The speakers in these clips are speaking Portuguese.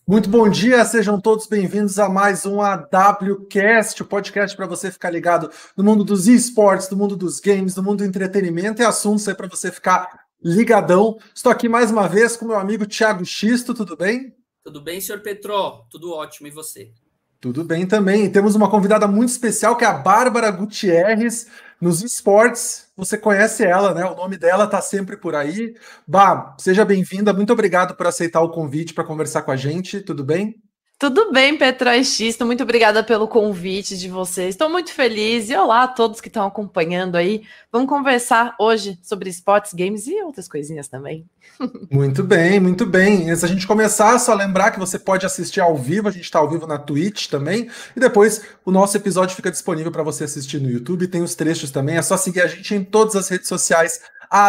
Muito bom dia, sejam todos bem-vindos a mais um AWCast, o podcast para você ficar ligado no mundo dos esportes, no mundo dos games, no mundo do entretenimento e assuntos aí para você ficar ligadão. Estou aqui mais uma vez com meu amigo Thiago Xisto, tudo bem? Tudo bem, senhor Petró? Tudo ótimo, e você? Tudo bem também. E temos uma convidada muito especial que é a Bárbara Gutierrez, nos esportes. Você conhece ela, né? O nome dela está sempre por aí. Bah, seja bem-vinda. Muito obrigado por aceitar o convite para conversar com a gente. Tudo bem? Tudo bem, Petró e Xisto, muito obrigada pelo convite de vocês. Estou muito feliz. E olá a todos que estão acompanhando aí. Vamos conversar hoje sobre esportes, games e outras coisinhas também. Muito bem, muito bem. Antes da gente começar, só lembrar que você pode assistir ao vivo, a gente está ao vivo na Twitch também, e depois o nosso episódio fica disponível para você assistir no YouTube, tem os trechos também, é só seguir a gente em todas as redes sociais,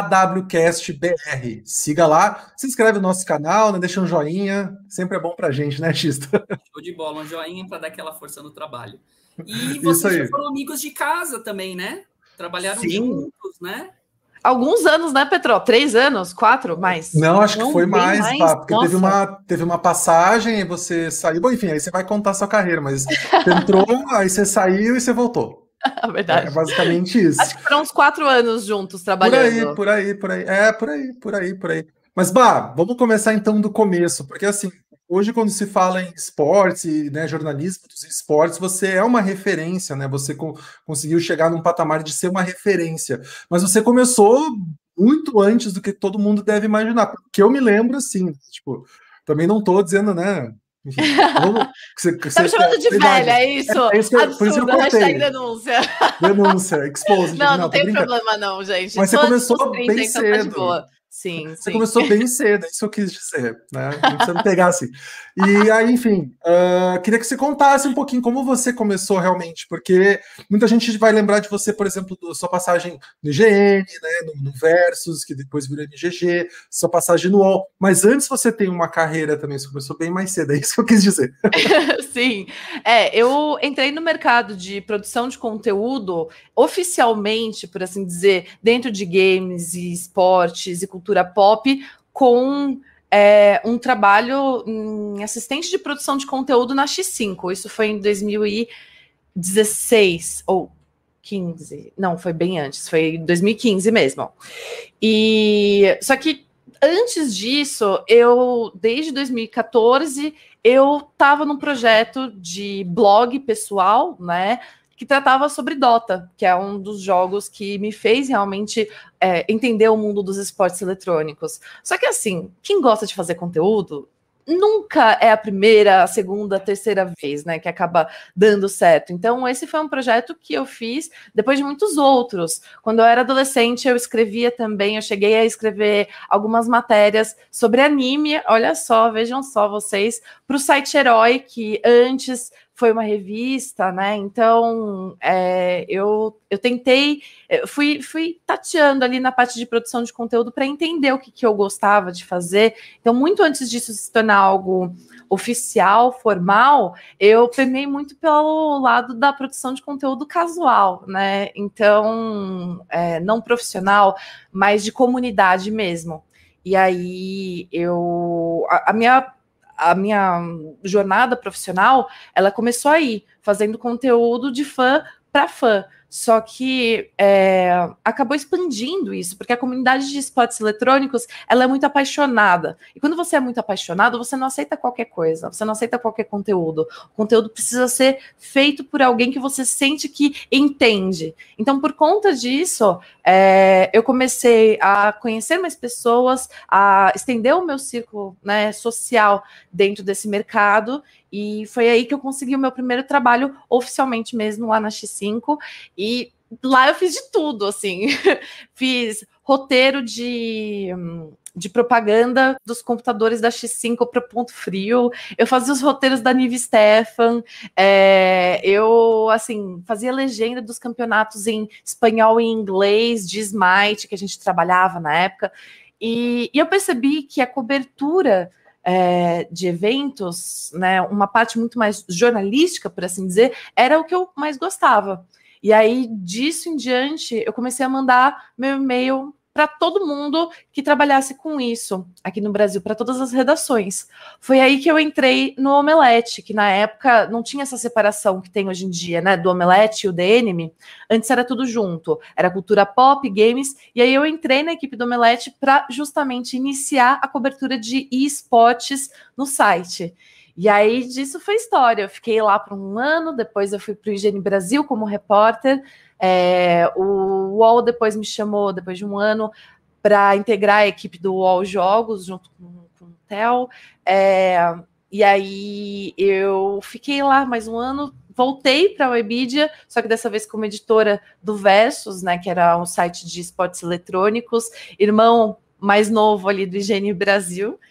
AWCastBR. Siga lá, se inscreve no nosso canal, né, deixa um joinha, sempre é bom pra gente, né, Xista? Show de bola, um joinha para dar aquela força no trabalho. E vocês já foram amigos de casa também, né? Trabalharam juntos, né? Alguns anos, né, Petró? 3 anos, 4, mais? Não, acho que foi mais, pá, porque teve uma passagem e você saiu. Bom, enfim, aí você vai contar a sua carreira, mas você entrou, aí você saiu e você voltou. Verdade. É basicamente isso. Acho que foram uns 4 anos juntos trabalhando. Por aí. É, por aí. Mas, Bah, vamos começar então do começo, porque assim, hoje quando se fala em esportes e, né, jornalismo dos esportes, você é uma referência, né? Você conseguiu chegar num patamar de ser uma referência. Mas você começou muito antes do que todo mundo deve imaginar. Porque eu me lembro, assim, tipo, também não estou dizendo, né? Enfim, tá me chamando de velha, é isso? Por isso eu cortei. Hashtag denúncia. Denúncia, expose. Não tem problema não, gente. Mas você começou bem cedo. Tá sim. Você começou bem cedo, é isso que eu quis dizer, né? Não precisa me pegar assim. E aí, enfim, queria que você contasse um pouquinho como você começou realmente, porque muita gente vai lembrar de você, por exemplo, da sua passagem no IGN, né, no Versus, que depois virou MGG, sua passagem no UOL, mas antes você tem uma carreira também, você começou bem mais cedo, é isso que eu quis dizer. Sim, eu entrei no mercado de produção de conteúdo oficialmente, por assim dizer, dentro de games e esportes e cultura pop, com um trabalho em assistente de produção de conteúdo na X5. Isso foi em 2016 ou 15. Não, foi bem antes, foi em 2015 mesmo. E só que antes disso, desde 2014, eu estava num projeto de blog pessoal, né, que tratava sobre Dota, que é um dos jogos que me fez realmente entender o mundo dos esportes eletrônicos. Só que assim, quem gosta de fazer conteúdo nunca é a primeira, a segunda, a terceira vez, né, que acaba dando certo. Então, esse foi um projeto que eu fiz depois de muitos outros. Quando eu era adolescente, eu escrevia também, eu cheguei a escrever algumas matérias sobre anime, olha só, vejam só vocês, para o site Herói, que antes foi uma revista, né? Então, eu tentei, fui tateando ali na parte de produção de conteúdo para entender o que eu gostava de fazer. Então, muito antes disso se tornar algo oficial, formal, eu penei muito pelo lado da produção de conteúdo casual, né? Então, não profissional, mas de comunidade mesmo. E aí, a minha jornada profissional, ela começou aí, fazendo conteúdo de fã para fã. Só que acabou expandindo isso, porque a comunidade de esportes eletrônicos, ela é muito apaixonada. E quando você é muito apaixonado, você não aceita qualquer coisa, você não aceita qualquer conteúdo. O conteúdo precisa ser feito por alguém que você sente que entende. Então, por conta disso, eu comecei a conhecer mais pessoas, a estender o meu círculo, né, social dentro desse mercado, e foi aí que eu consegui o meu primeiro trabalho oficialmente mesmo lá na X5, e lá eu fiz de tudo, assim, fiz roteiro de propaganda dos computadores da X5 para Ponto Frio, eu fazia os roteiros da Nive Stefan, eu, assim, fazia legenda dos campeonatos em espanhol e inglês, de Smite, que a gente trabalhava na época, e eu percebi que a cobertura de eventos, né, uma parte muito mais jornalística, por assim dizer, era o que eu mais gostava. E aí, disso em diante, eu comecei a mandar meu e-mail para todo mundo que trabalhasse com isso aqui no Brasil, para todas as redações. Foi aí que eu entrei no Omelete, que na época não tinha essa separação que tem hoje em dia, né, do Omelete e o The Enemy. Antes era tudo junto, era cultura pop, games, e aí eu entrei na equipe do Omelete para justamente iniciar a cobertura de esportes no site. E aí disso foi história. Eu fiquei lá por um ano, depois eu fui para o IGN Brasil como repórter. O UOL depois me chamou, depois de um ano, para integrar a equipe do UOL Jogos, junto com o Theo. E aí eu fiquei lá mais um ano, voltei para a Webedia, só que dessa vez como editora do Versus, né, que era um site de esportes eletrônicos, irmão mais novo ali do IGN Brasil.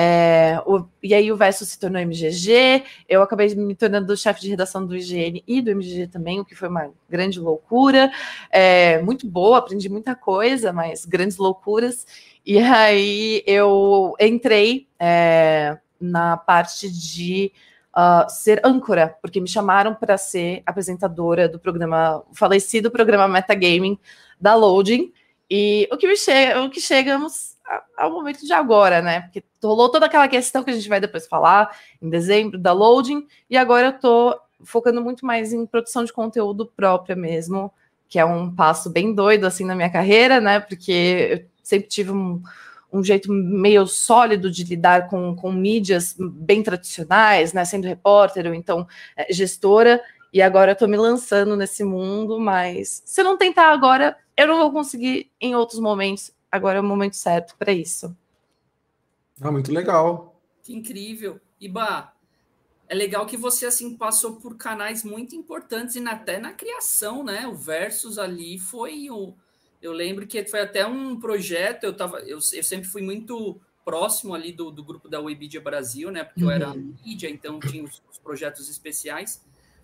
E aí o Versus se tornou MGG, eu acabei me tornando chefe de redação do IGN e do MGG também, o que foi uma grande loucura, muito boa, aprendi muita coisa, mas grandes loucuras. E aí eu entrei na parte de ser âncora, porque me chamaram para ser apresentadora do programa, o falecido programa Metagaming da Loading, e o que chegamos ao momento de agora, né? Porque rolou toda aquela questão que a gente vai depois falar em dezembro da Loading, e agora eu tô focando muito mais em produção de conteúdo própria mesmo, que é um passo bem doido assim na minha carreira, né? Porque eu sempre tive um jeito meio sólido de lidar com mídias bem tradicionais, né? Sendo repórter ou então gestora, e agora eu tô me lançando nesse mundo, mas se eu não tentar agora, eu não vou conseguir em outros momentos. Agora é o momento certo para isso. Muito legal. Que incrível. Iba, é legal que você assim passou por canais muito importantes e até na criação, né? O Versus ali foi o... Eu lembro que foi até um projeto, eu sempre fui muito próximo ali do grupo da Webedia Brasil, né? Porque eu era mídia, então tinha os projetos especiais.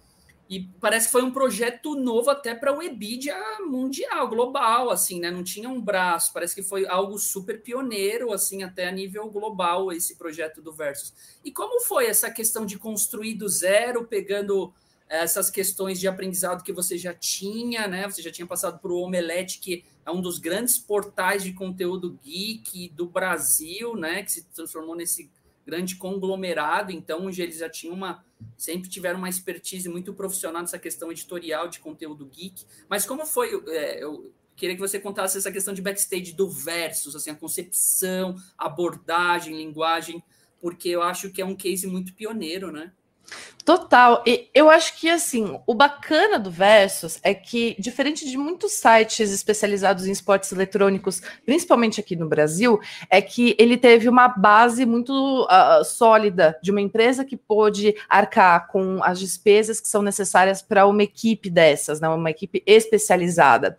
E parece que foi um projeto novo até para a Webedia mundial, global, assim, né? Não tinha um braço, parece que foi algo super pioneiro, assim, até a nível global, esse projeto do Versus. E como foi essa questão de construir do zero, pegando essas questões de aprendizado que você já tinha, né? Você já tinha passado por o Omelete, que é um dos grandes portais de conteúdo geek do Brasil, né? Que se transformou nesse grande conglomerado, então eles já tinham sempre tiveram uma expertise muito profissional nessa questão editorial de conteúdo geek. Mas como foi? Eu queria que você contasse essa questão de backstage do Versus, assim, a concepção, abordagem, linguagem, porque eu acho que é um case muito pioneiro, né? Total. E eu acho que, assim, o bacana do Versus é que, diferente de muitos sites especializados em esportes eletrônicos, principalmente aqui no Brasil, é que ele teve uma base muito sólida de uma empresa que pôde arcar com as despesas que são necessárias para uma equipe dessas, né, uma equipe especializada.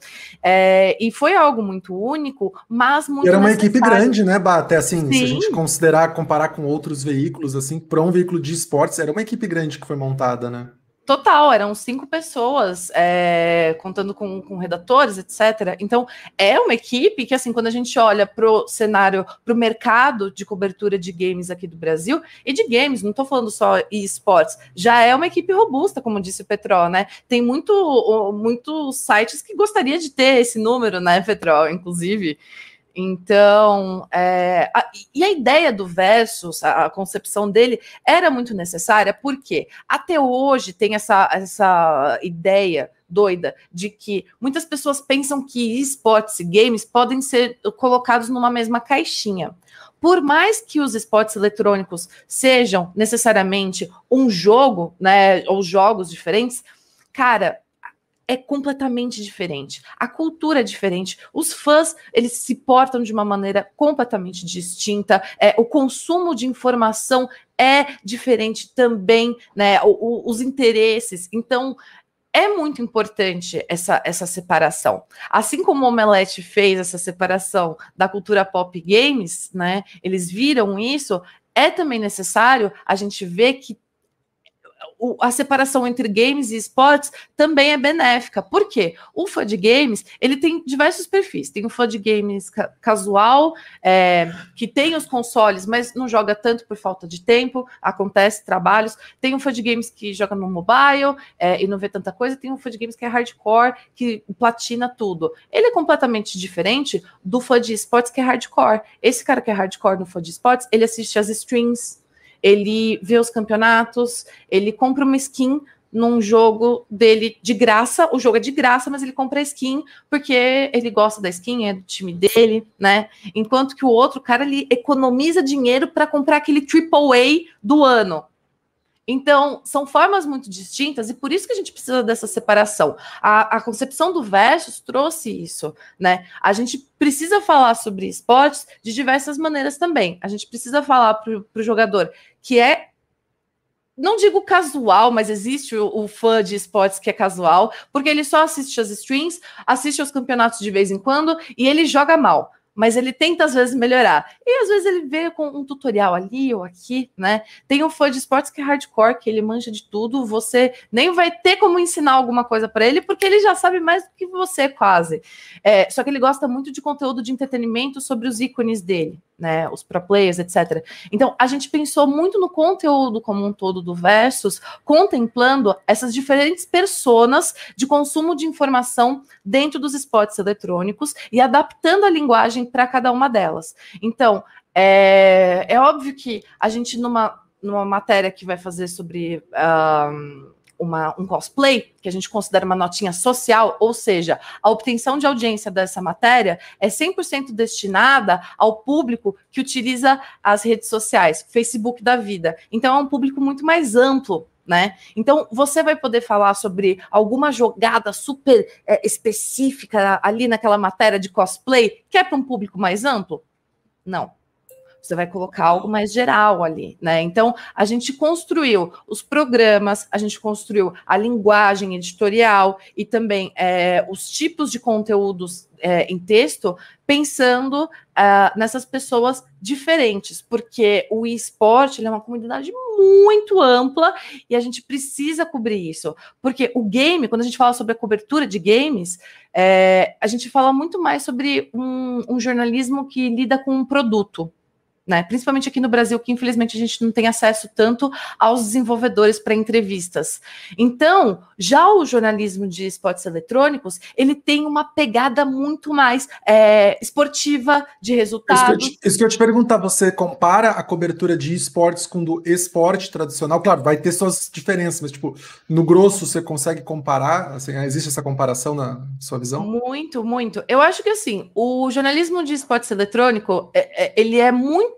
E foi algo muito único, mas muito era uma necessário. Equipe grande, né, Bate? Assim, Sim. Se a gente comparar com outros veículos, assim, para um veículo de esportes, era uma equipe grande que foi montada, né? Total, eram 5 pessoas, contando com redatores, etc. Então, é uma equipe que, assim, quando a gente olha para o cenário, para o mercado de cobertura de games aqui do Brasil, e de games, não estou falando só esportes, já é uma equipe robusta, como disse o Petrol, né? Tem muitos sites que gostaria de ter esse número, né, Petrol, inclusive. Então, e a ideia do Versus, a concepção dele, era muito necessária, porque até hoje tem essa ideia doida de que muitas pessoas pensam que esportes e games podem ser colocados numa mesma caixinha. Por mais que os esportes eletrônicos sejam necessariamente um jogo, né, ou jogos diferentes, cara, é completamente diferente. A cultura é diferente. Os fãs, eles se portam de uma maneira completamente distinta. O consumo de informação é diferente também, né? Os interesses. Então, é muito importante essa separação. Assim como o Omelete fez essa separação da cultura pop games, né? Eles viram isso. É também necessário a gente ver que a separação entre games e esportes também é benéfica. Por quê? O fã de games, ele tem diversos perfis. Tem o fã de games casual, que tem os consoles, mas não joga tanto por falta de tempo, acontece trabalhos. Tem um fã de games que joga no mobile e não vê tanta coisa. Tem um fã de games que é hardcore, que platina tudo. Ele é completamente diferente do fã de esportes que é hardcore. Esse cara que é hardcore no fã de esportes, ele assiste as streams, ele vê os campeonatos, ele compra uma skin num jogo dele de graça, o jogo é de graça, mas ele compra a skin porque ele gosta da skin, é do time dele, né? Enquanto que o outro cara, ele economiza dinheiro para comprar aquele AAA do ano. Então, são formas muito distintas e por isso que a gente precisa dessa separação. A concepção do Versus trouxe isso, né? A gente precisa falar sobre esportes de diversas maneiras também. A gente precisa falar para o jogador que é, não digo casual, mas existe o fã de esportes que é casual, porque ele só assiste as streams, assiste aos campeonatos de vez em quando e ele joga mal. Mas ele tenta, às vezes, melhorar. E, às vezes, ele vê com um tutorial ali ou aqui, né? Tem um fã de esportes que é hardcore, que ele manja de tudo. Você nem vai ter como ensinar alguma coisa para ele, porque ele já sabe mais do que você, quase. Só que ele gosta muito de conteúdo de entretenimento sobre os ícones dele, né? Os pro players, etc. Então, a gente pensou muito no conteúdo como um todo do Versus, contemplando essas diferentes personas de consumo de informação dentro dos esportes eletrônicos e adaptando a linguagem para cada uma delas. Então, é óbvio que a gente, numa matéria que vai fazer sobre um cosplay, que a gente considera uma notinha social, ou seja, a obtenção de audiência dessa matéria é 100% destinada ao público que utiliza as redes sociais, Facebook da vida. Então, é um público muito mais amplo, né? Então, você vai poder falar sobre alguma jogada super específica ali naquela matéria de cosplay, que é para um público mais amplo? Não. Você vai colocar algo mais geral ali, né? Então, a gente construiu os programas, a gente construiu a linguagem editorial e também os tipos de conteúdos em texto, pensando nessas pessoas diferentes, porque o esporte é uma comunidade muito ampla e a gente precisa cobrir isso, porque o game, quando a gente fala sobre a cobertura de games, a gente fala muito mais sobre um jornalismo que lida com um produto, né? Principalmente aqui no Brasil, que infelizmente a gente não tem acesso tanto aos desenvolvedores para entrevistas. Então, já o jornalismo de esportes eletrônicos, ele tem uma pegada muito mais esportiva, de resultados. Isso que eu te perguntar, você compara a cobertura de esportes com do esporte tradicional? Claro, vai ter suas diferenças, mas tipo, no grosso você consegue comparar? Assim, existe essa comparação na sua visão? Muito, muito. Eu acho que assim, o jornalismo de esportes eletrônico, ele é muito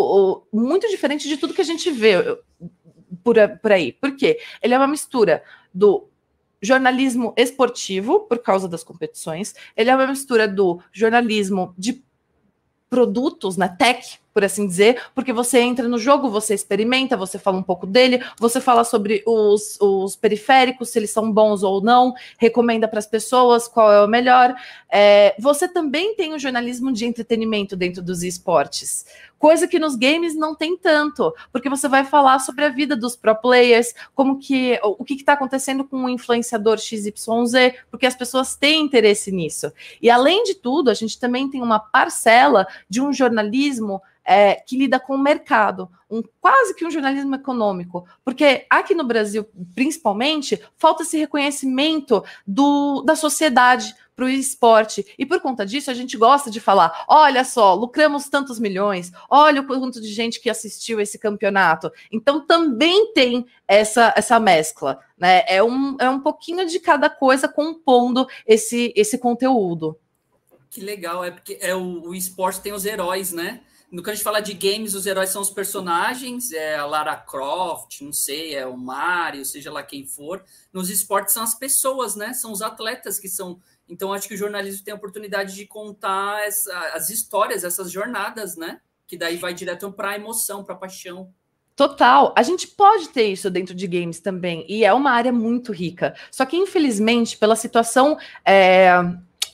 diferente de tudo que a gente vê por aí. Por quê? Ele é uma mistura do jornalismo esportivo, por causa das competições, ele é uma mistura do jornalismo de produtos, né, tech, por assim dizer, porque você entra no jogo, você experimenta, você fala um pouco dele, você fala sobre os periféricos, se eles são bons ou não, recomenda para as pessoas qual é o melhor. Você também tem o jornalismo de entretenimento dentro dos esportes, coisa que nos games não tem tanto, porque você vai falar sobre a vida dos pro players, o que está acontecendo com o influenciador XYZ, porque as pessoas têm interesse nisso. E além de tudo, a gente também tem uma parcela de um jornalismo que lida com o mercado, quase que um jornalismo econômico, porque aqui no Brasil, principalmente, falta esse reconhecimento da sociedade para o esporte, e por conta disso a gente gosta de falar, olha só, lucramos tantos milhões, olha o quanto de gente que assistiu esse campeonato. Então também tem essa mescla, né? É um pouquinho de cada coisa compondo esse conteúdo. Que legal, porque o esporte tem os heróis, né? No que a gente fala de games, os heróis são os personagens, a Lara Croft, não sei, o Mario, seja lá quem for. Nos esportes são as pessoas, né? São os atletas que são... Então, acho que o jornalismo tem a oportunidade de contar as histórias, essas jornadas, né? Que daí vai direto para a emoção, para a paixão. Total. A gente pode ter isso dentro de games também, e é uma área muito rica. Só que, infelizmente, pela situação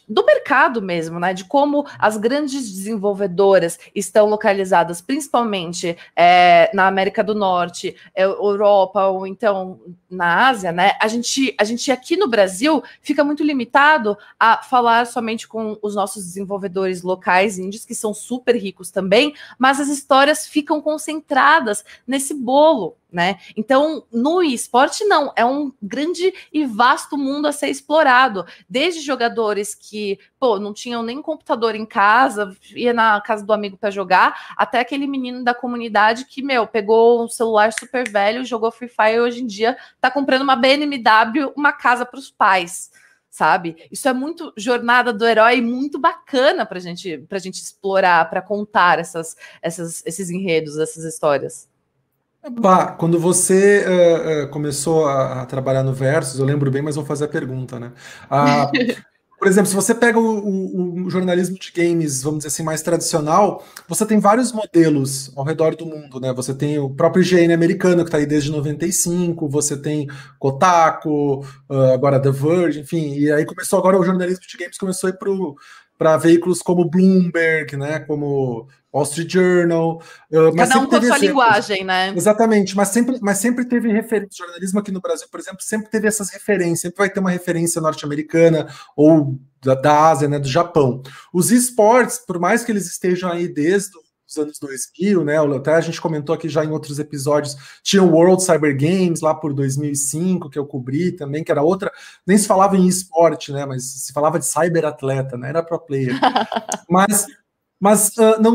do mercado mesmo, né? De como as grandes desenvolvedoras estão localizadas, principalmente na América do Norte, Europa, ou então na Ásia, né? A gente aqui no Brasil fica muito limitado a falar somente com os nossos desenvolvedores locais, índios, que são super ricos também, mas as histórias ficam concentradas nesse bolo, né? Então, no esporte, não, é um grande e vasto mundo a ser explorado, desde jogadores que, não tinham nem computador em casa, ia na casa do amigo para jogar, até aquele menino da comunidade que, pegou um celular super velho, jogou Free Fire e hoje em dia tá comprando uma BMW, uma casa para os pais, sabe? Isso é muito jornada do herói, muito bacana pra gente explorar, para contar esses enredos, essas histórias. Bah, quando você começou a trabalhar no Versus, eu lembro bem, mas vou fazer a pergunta, né? Por exemplo, se você pega o jornalismo de games, vamos dizer assim, mais tradicional, você tem vários modelos ao redor do mundo, né? Você tem o próprio IGN americano, que está aí desde 95, você tem Kotaku, agora The Verge, enfim, e aí começou agora o jornalismo de games, começou a ir para veículos como Bloomberg, né? Como Wall Street Journal. Cada um com a sua linguagem, né? Exatamente, mas sempre teve referência. O jornalismo aqui no Brasil, por exemplo, sempre teve essas referências. Sempre vai ter uma referência norte-americana ou da Ásia, né, do Japão. Os esportes, por mais que eles estejam aí desde os anos 2000, né, até a gente comentou aqui já em outros episódios, tinha o World Cyber Games lá por 2005, que eu cobri também, que era outra, nem se falava em esporte, né, mas se falava de cyberatleta, né, era pro player. Mas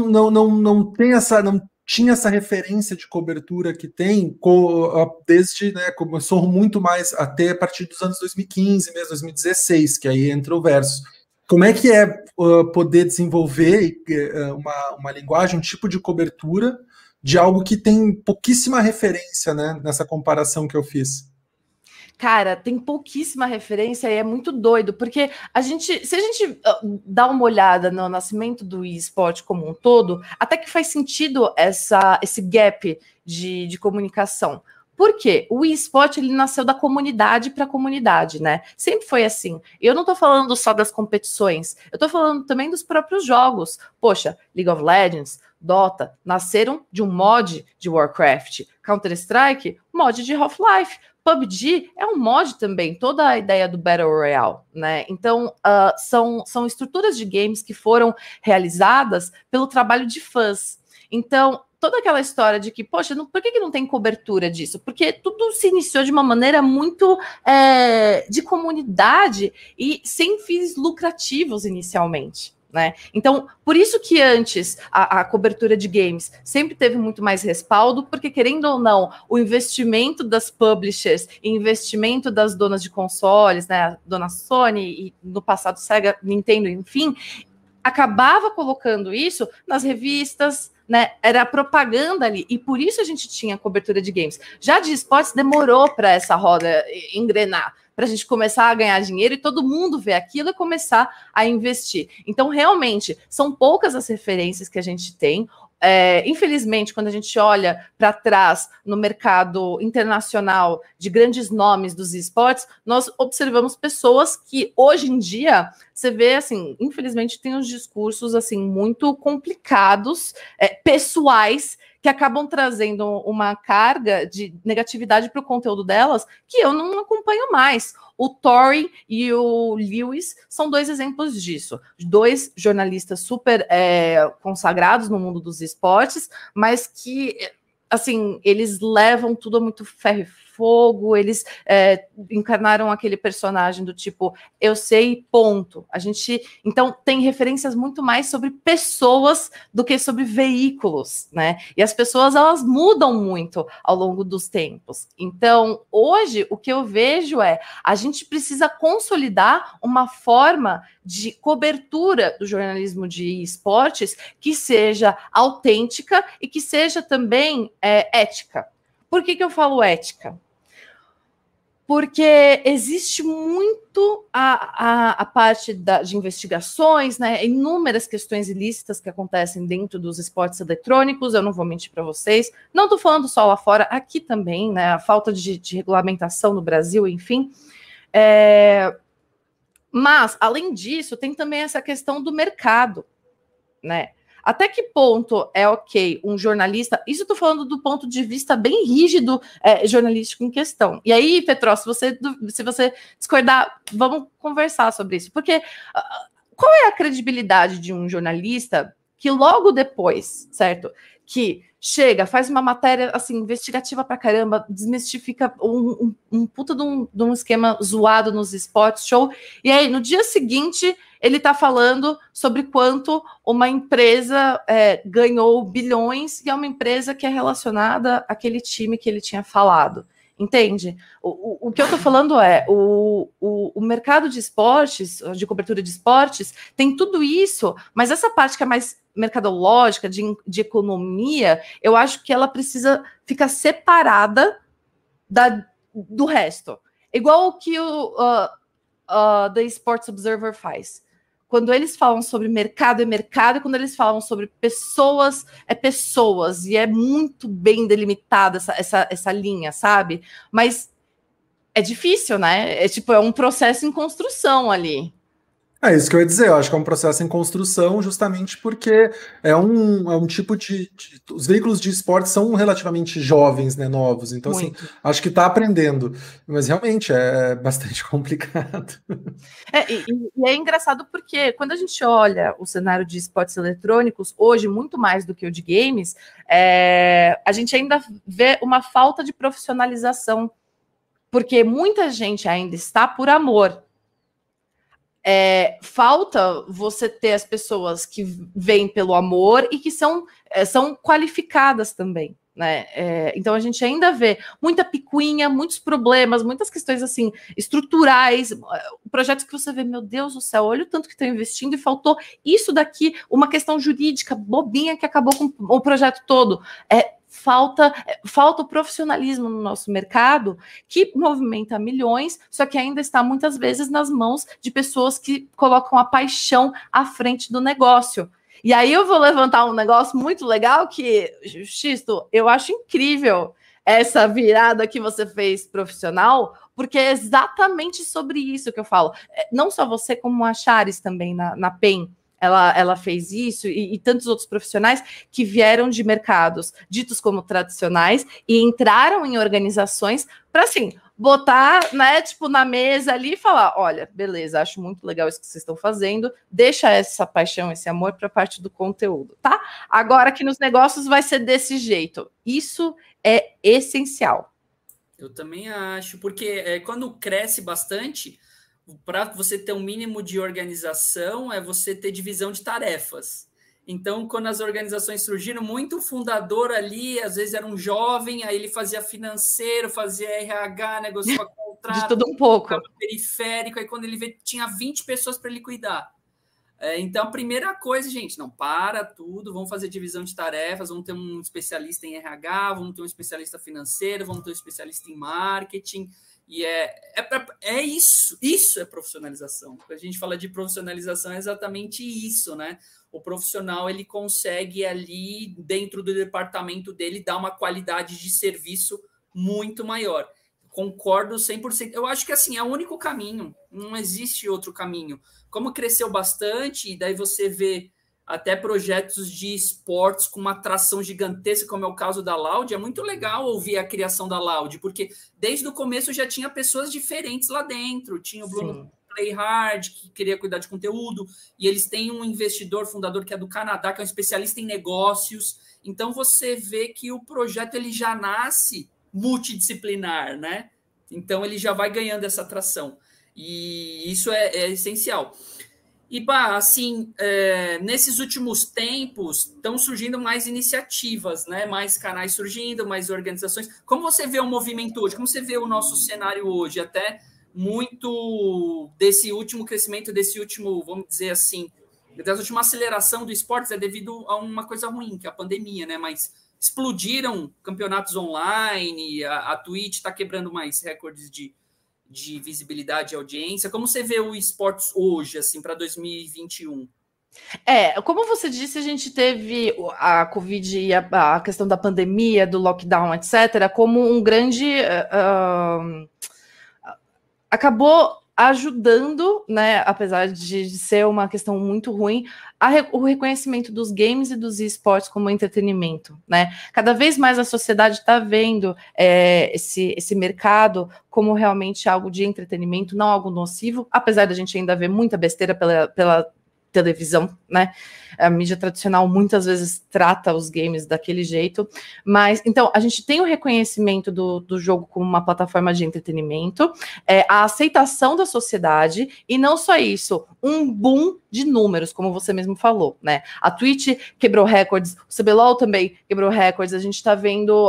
não tem não tinha essa referência de cobertura que tem desde, né, começou muito mais até a partir dos anos 2015, mesmo 2016, que aí entra o Versus. Como é que é poder desenvolver uma linguagem, um tipo de cobertura de algo que tem pouquíssima referência, né, nessa comparação que eu fiz? Cara, tem pouquíssima referência e é muito doido, porque se a gente dá uma olhada no nascimento do esporte como um todo, até que faz sentido esse gap de comunicação. Por quê? O esporte, ele nasceu da comunidade para a comunidade, né? Sempre foi assim. Eu não tô falando só das competições, eu tô falando também dos próprios jogos. Poxa, League of Legends, Dota, nasceram de um mod de Warcraft. Counter-Strike, mod de Half-Life. PUBG é um mod também, toda a ideia do Battle Royale, né? Então, são estruturas de games que foram realizadas pelo trabalho de fãs. Então, toda aquela história de que, poxa, por que não tem cobertura disso? Porque tudo se iniciou de uma maneira muito de comunidade e sem fins lucrativos inicialmente. Né? Então, por isso que antes a cobertura de games sempre teve muito mais respaldo, porque, querendo ou não, o investimento das publishers e investimento das donas de consoles, né, a dona Sony e no passado Sega, Nintendo, enfim, acabava colocando isso nas revistas, né? Era propaganda ali, e por isso a gente tinha cobertura de games. Já de esportes demorou para essa roda engrenar, para a gente começar a ganhar dinheiro e todo mundo ver aquilo e começar a investir. Então, realmente, são poucas as referências que a gente tem. Infelizmente, quando a gente olha para trás no mercado internacional de grandes nomes dos esportes, nós observamos pessoas que hoje em dia você vê, assim, infelizmente tem uns discursos assim muito complicados, pessoais, que acabam trazendo uma carga de negatividade para o conteúdo delas que eu não acompanho mais. O Tory e o Lewis são dois exemplos disso. Dois jornalistas super consagrados no mundo dos esportes, mas que, assim, eles levam tudo a muito ferro e fogo, eles encarnaram aquele personagem do tipo, eu sei, ponto. Então, tem referências muito mais sobre pessoas do que sobre veículos, né? E as pessoas, elas mudam muito ao longo dos tempos. Então, hoje, o que eu vejo a gente precisa consolidar uma forma de cobertura do jornalismo de esportes que seja autêntica e que seja também ética. Por que eu falo ética? Porque existe muito a parte de investigações, né, inúmeras questões ilícitas que acontecem dentro dos esportes eletrônicos, eu não vou mentir para vocês, não estou falando só lá fora, aqui também, né, a falta de regulamentação no Brasil, enfim, Mas, além disso, tem também essa questão do mercado, né? Até que ponto é ok um jornalista... Isso eu estou falando do ponto de vista bem rígido jornalístico em questão. E aí, Petró, se você discordar, vamos conversar sobre isso. Porque qual é a credibilidade de um jornalista que logo depois, certo? Que chega, faz uma matéria assim, investigativa pra caramba, desmistifica um puta de um esquema zoado nos spots, show. E aí, no dia seguinte, ele tá falando sobre quanto uma empresa ganhou bilhões e é uma empresa que é relacionada àquele time que ele tinha falado. Entende? O que eu tô falando o mercado de esportes, de cobertura de esportes, tem tudo isso, mas essa parte que é mais mercadológica, de economia, eu acho que ela precisa ficar separada do resto. Igual o que o The Sports Observer faz. Quando eles falam sobre mercado, é mercado, e quando eles falam sobre pessoas, é pessoas, e é muito bem delimitada essa linha, sabe? Mas é difícil, né? É um processo em construção ali. É isso que eu ia dizer, eu acho que é um processo em construção justamente porque é um tipo os veículos de esporte são relativamente jovens, né, novos, então Muito. assim, acho que está aprendendo, mas realmente é bastante complicado. E é engraçado porque quando a gente olha o cenário de esportes eletrônicos, hoje, muito mais do que o de games, a gente ainda vê uma falta de profissionalização, porque muita gente ainda está por amor. Falta você ter as pessoas que vêm pelo amor e que são qualificadas também, né? Então a gente ainda vê muita picuinha, muitos problemas, muitas questões assim estruturais, projetos que você vê, meu Deus do céu, olha o tanto que estão investindo e faltou isso daqui, uma questão jurídica bobinha que acabou com o projeto todo. Falta o profissionalismo no nosso mercado, que movimenta milhões, só que ainda está muitas vezes nas mãos de pessoas que colocam a paixão à frente do negócio. E aí eu vou levantar um negócio muito legal que, Xisto, eu acho incrível essa virada que você fez profissional, porque é exatamente sobre isso que eu falo. Não só você, como a Charis também na PEN. Ela fez isso e tantos outros profissionais que vieram de mercados ditos como tradicionais e entraram em organizações para, assim, botar, né, na mesa ali e falar, olha, beleza, acho muito legal isso que vocês estão fazendo, deixa essa paixão, esse amor para a parte do conteúdo, tá? Agora que nos negócios vai ser desse jeito. Isso é essencial. Eu também acho, porque quando cresce bastante... Para você ter um mínimo de organização, é você ter divisão de tarefas. Então, quando as organizações surgiram, muito fundador ali, às vezes era um jovem, aí ele fazia financeiro, fazia RH, negociava contrato, de tudo um pouco, periférico, aí quando ele vê, tinha 20 pessoas para ele cuidar. Então, a primeira coisa, gente, não, para tudo, vamos fazer divisão de tarefas, vamos ter um especialista em RH, vamos ter um especialista financeiro, vamos ter um especialista em marketing. E isso é profissionalização. Quando a gente fala de profissionalização, é exatamente isso, né? O profissional, ele consegue ali, dentro do departamento dele, dar uma qualidade de serviço muito maior. Concordo 100%. Eu acho que, assim, é o único caminho. Não existe outro caminho. Como cresceu bastante, e daí você vê até projetos de esportes com uma atração gigantesca, como é o caso da Loud, é muito legal ouvir a criação da Loud, porque desde o começo já tinha pessoas diferentes lá dentro. Tinha o Bruno Play Hard, que queria cuidar de conteúdo, e eles têm um investidor, fundador, que é do Canadá, que é um especialista em negócios. Então, você vê que o projeto ele já nasce multidisciplinar, né? Então, ele já vai ganhando essa atração. E isso é essencial. E, assim, nesses últimos tempos, estão surgindo mais iniciativas, né? Mais canais surgindo, mais organizações. Como você vê o movimento hoje? Como você vê o nosso cenário hoje? Até muito desse último crescimento, desse último, vamos dizer assim, dessa última aceleração do esportes é devido a uma coisa ruim, que é a pandemia, né? Mas explodiram campeonatos online, a Twitch está quebrando mais recordes de visibilidade e audiência. Como você vê o esportes hoje, assim, para 2021? Como você disse, a gente teve a Covid e a questão da pandemia, do lockdown, etc., como um grande... acabou ajudando, né, apesar de ser uma questão muito ruim, o reconhecimento dos games e dos esportes como entretenimento, né? Cada vez mais a sociedade está vendo esse mercado como realmente algo de entretenimento, não algo nocivo, apesar da gente ainda ver muita besteira pela televisão, né? A mídia tradicional muitas vezes trata os games daquele jeito, mas então a gente tem o reconhecimento do jogo como uma plataforma de entretenimento, a aceitação da sociedade, e não só isso, um boom de números, como você mesmo falou, né? A Twitch quebrou recordes, o CBLOL também quebrou recordes, a gente está vendo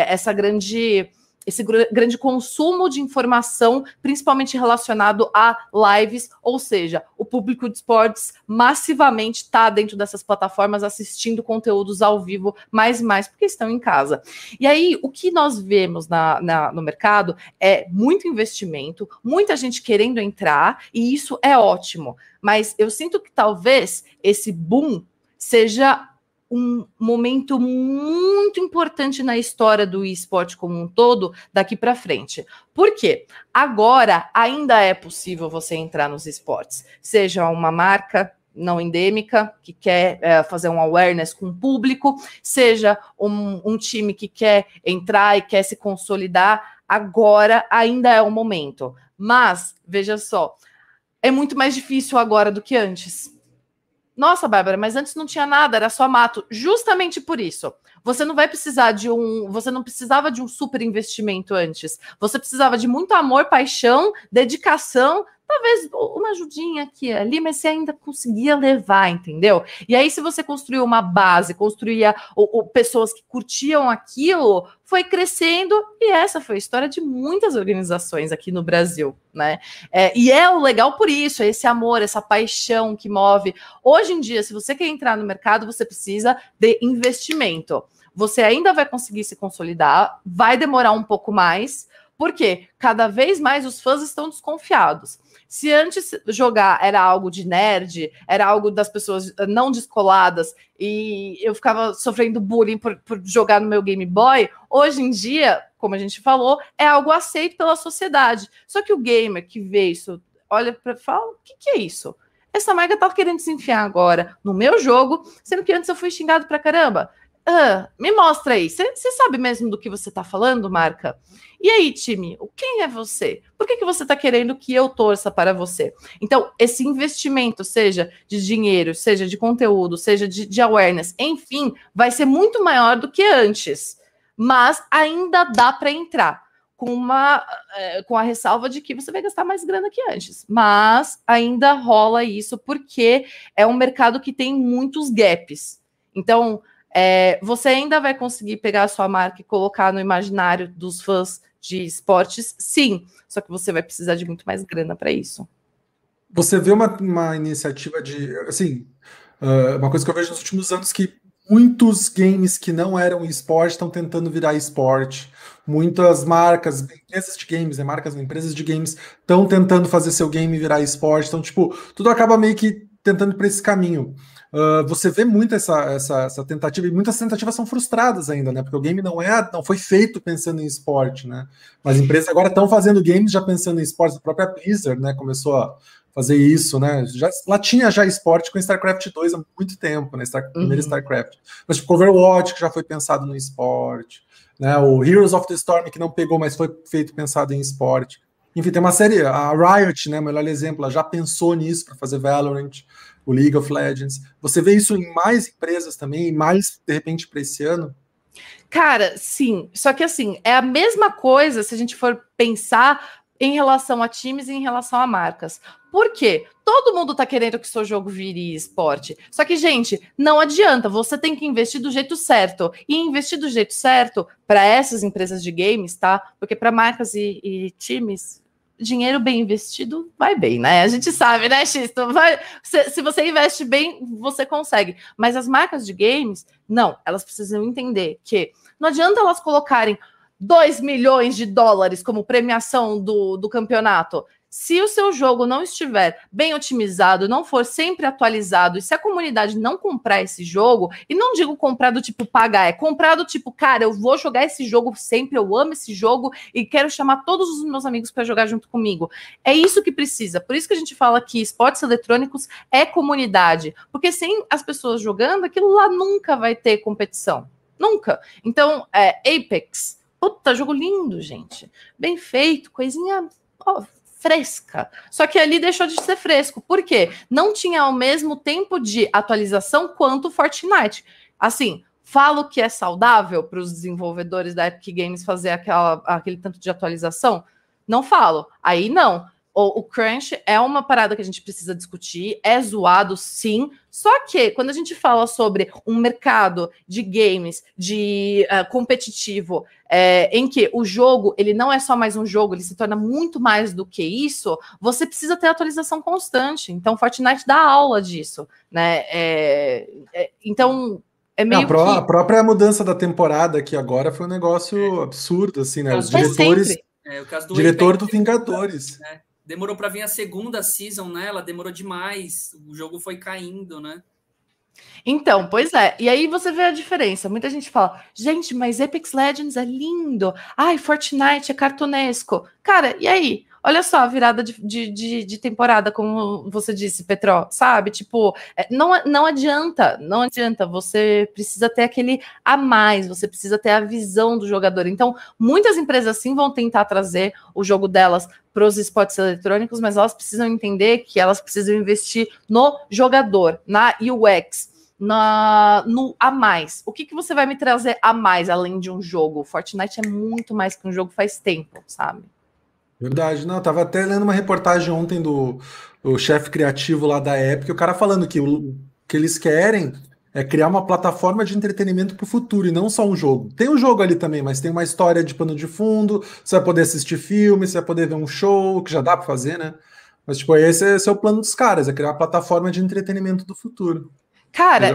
esse grande consumo de informação, principalmente relacionado a lives, ou seja, o público de esportes massivamente está dentro dessas plataformas assistindo conteúdos ao vivo mais e mais, porque estão em casa. E aí, o que nós vemos no mercado é muito investimento, muita gente querendo entrar, e isso é ótimo. Mas eu sinto que talvez esse boom seja um momento muito importante na história do esporte como um todo daqui para frente. Por quê? Agora ainda é possível você entrar nos esportes, seja uma marca não endêmica que quer fazer um awareness com o público, seja um time que quer entrar e quer se consolidar, agora ainda é o momento. Mas, veja só, é muito mais difícil agora do que antes. Nossa, Bárbara, mas antes não tinha nada, era só mato. Justamente por isso. Você não vai precisar você não precisava de um super investimento antes. Você precisava de muito amor, paixão, dedicação, talvez uma ajudinha aqui ali, mas você ainda conseguia levar, entendeu? E aí, se você construiu uma base, construía pessoas que curtiam aquilo, foi crescendo, e essa foi a história de muitas organizações aqui no Brasil, né? E é o legal por isso, é esse amor, essa paixão que move. Hoje em dia, se você quer entrar no mercado, você precisa de investimento. Você ainda vai conseguir se consolidar, vai demorar um pouco mais, porque cada vez mais os fãs estão desconfiados. Se antes jogar era algo de nerd, era algo das pessoas não descoladas, e eu ficava sofrendo bullying por jogar no meu Game Boy, hoje em dia, como a gente falou, é algo aceito pela sociedade. Só que o gamer que vê isso, olha para e fala, o que é isso? Essa marca tá querendo se enfiar agora no meu jogo, sendo que antes eu fui xingado pra caramba. Me mostra aí, você sabe mesmo do que você tá falando, marca? E aí, time, quem é você? Por que você tá querendo que eu torça para você? Então, esse investimento, seja de dinheiro, seja de conteúdo, seja de awareness, enfim, vai ser muito maior do que antes. Mas ainda dá para entrar com a ressalva de que você vai gastar mais grana que antes. Mas ainda rola isso porque é um mercado que tem muitos gaps. Então, você ainda vai conseguir pegar a sua marca e colocar no imaginário dos fãs de esportes, sim. Só que você vai precisar de muito mais grana para isso. Você vê uma iniciativa de... Assim, uma coisa que eu vejo nos últimos anos que muitos games que não eram esporte estão tentando virar esporte. Muitas marcas, empresas de games, empresas de games estão tentando fazer seu game virar esporte. Então, tipo, tudo acaba meio que tentando para esse caminho. Você vê muito essa tentativa, e muitas tentativas são frustradas ainda, né? Porque o game não foi feito pensando em esporte, né? Mas empresas agora estão fazendo games já pensando em esporte. A própria Blizzard, né, começou a fazer isso, né? Ela tinha já esporte com StarCraft 2 há muito tempo, né? Primeiro StarCraft. Mas tipo, Overwatch, que já foi pensado no esporte, né? O Heroes of the Storm, que não pegou, mas foi feito pensado em esporte. Enfim, tem uma série, a Riot, né? Melhor exemplo, ela já pensou nisso para fazer Valorant, o League of Legends. Você vê isso em mais empresas também, e mais, de repente, para esse ano? Cara, sim. Só que, assim, é a mesma coisa se a gente for pensar em relação a times e em relação a marcas. Por quê? Todo mundo tá querendo que seu jogo vire esporte. Só que, gente, não adianta. Você tem que investir do jeito certo. E investir do jeito certo para essas empresas de games, tá? Porque para marcas e times, dinheiro bem investido vai bem, né? A gente sabe, né, Xisto? Se você investe bem, você consegue. Mas as marcas de games, não. Elas precisam entender que não adianta elas colocarem $2 milhões como premiação do campeonato. Se o seu jogo não estiver bem otimizado, não for sempre atualizado, e se a comunidade não comprar esse jogo, e não digo comprar do tipo pagar, é comprar do tipo, cara, eu vou jogar esse jogo sempre, eu amo esse jogo e quero chamar todos os meus amigos para jogar junto comigo. É isso que precisa. Por isso que a gente fala que esportes eletrônicos é comunidade, porque sem as pessoas jogando, aquilo lá nunca vai ter competição. Nunca. Então, Apex, puta, jogo lindo, gente. Bem feito, coisinha fresca. Só que ali deixou de ser fresco. Por quê? Não tinha o mesmo tempo de atualização quanto o Fortnite. Assim, falo que é saudável para os desenvolvedores da Epic Games fazer aquele tanto de atualização? Não falo. Aí não. O crunch é uma parada que a gente precisa discutir, é zoado, sim. Só que, quando a gente fala sobre um mercado de games, de competitivo, em que o jogo, ele não é só mais um jogo, ele se torna muito mais do que isso, você precisa ter atualização constante. Então, Fortnite dá aula disso, né? Então, é meio A própria mudança da temporada aqui agora foi um negócio absurdo, assim, né? Os diretores... o caso do diretor Apex, dos Vingadores. né? Demorou para vir a segunda season, né? Ela demorou demais. O jogo foi caindo, né? Então, pois é. E aí você vê a diferença. Muita gente fala, gente, mas Apex Legends é lindo. Ai, Fortnite é cartunesco. Cara, e aí? Olha só a virada de temporada, como você disse, Petró, sabe? Tipo, não adianta. Você precisa ter aquele a mais, você precisa ter a visão do jogador. Então, muitas empresas sim vão tentar trazer o jogo delas para os esportes eletrônicos, mas elas precisam entender que elas precisam investir no jogador, na UX, no a mais. O que você vai me trazer a mais além de um jogo? Fortnite é muito mais que um jogo faz tempo, sabe? Verdade, não, eu tava até lendo uma reportagem ontem do chefe criativo lá da Epic, o cara falando que o que eles querem é criar uma plataforma de entretenimento para o futuro e não só um jogo. Tem um jogo ali também, mas tem uma história de pano de fundo, você vai poder assistir filme, você vai poder ver um show, que já dá para fazer, né? Mas, tipo, esse é o plano dos caras, é criar uma plataforma de entretenimento do futuro. Cara,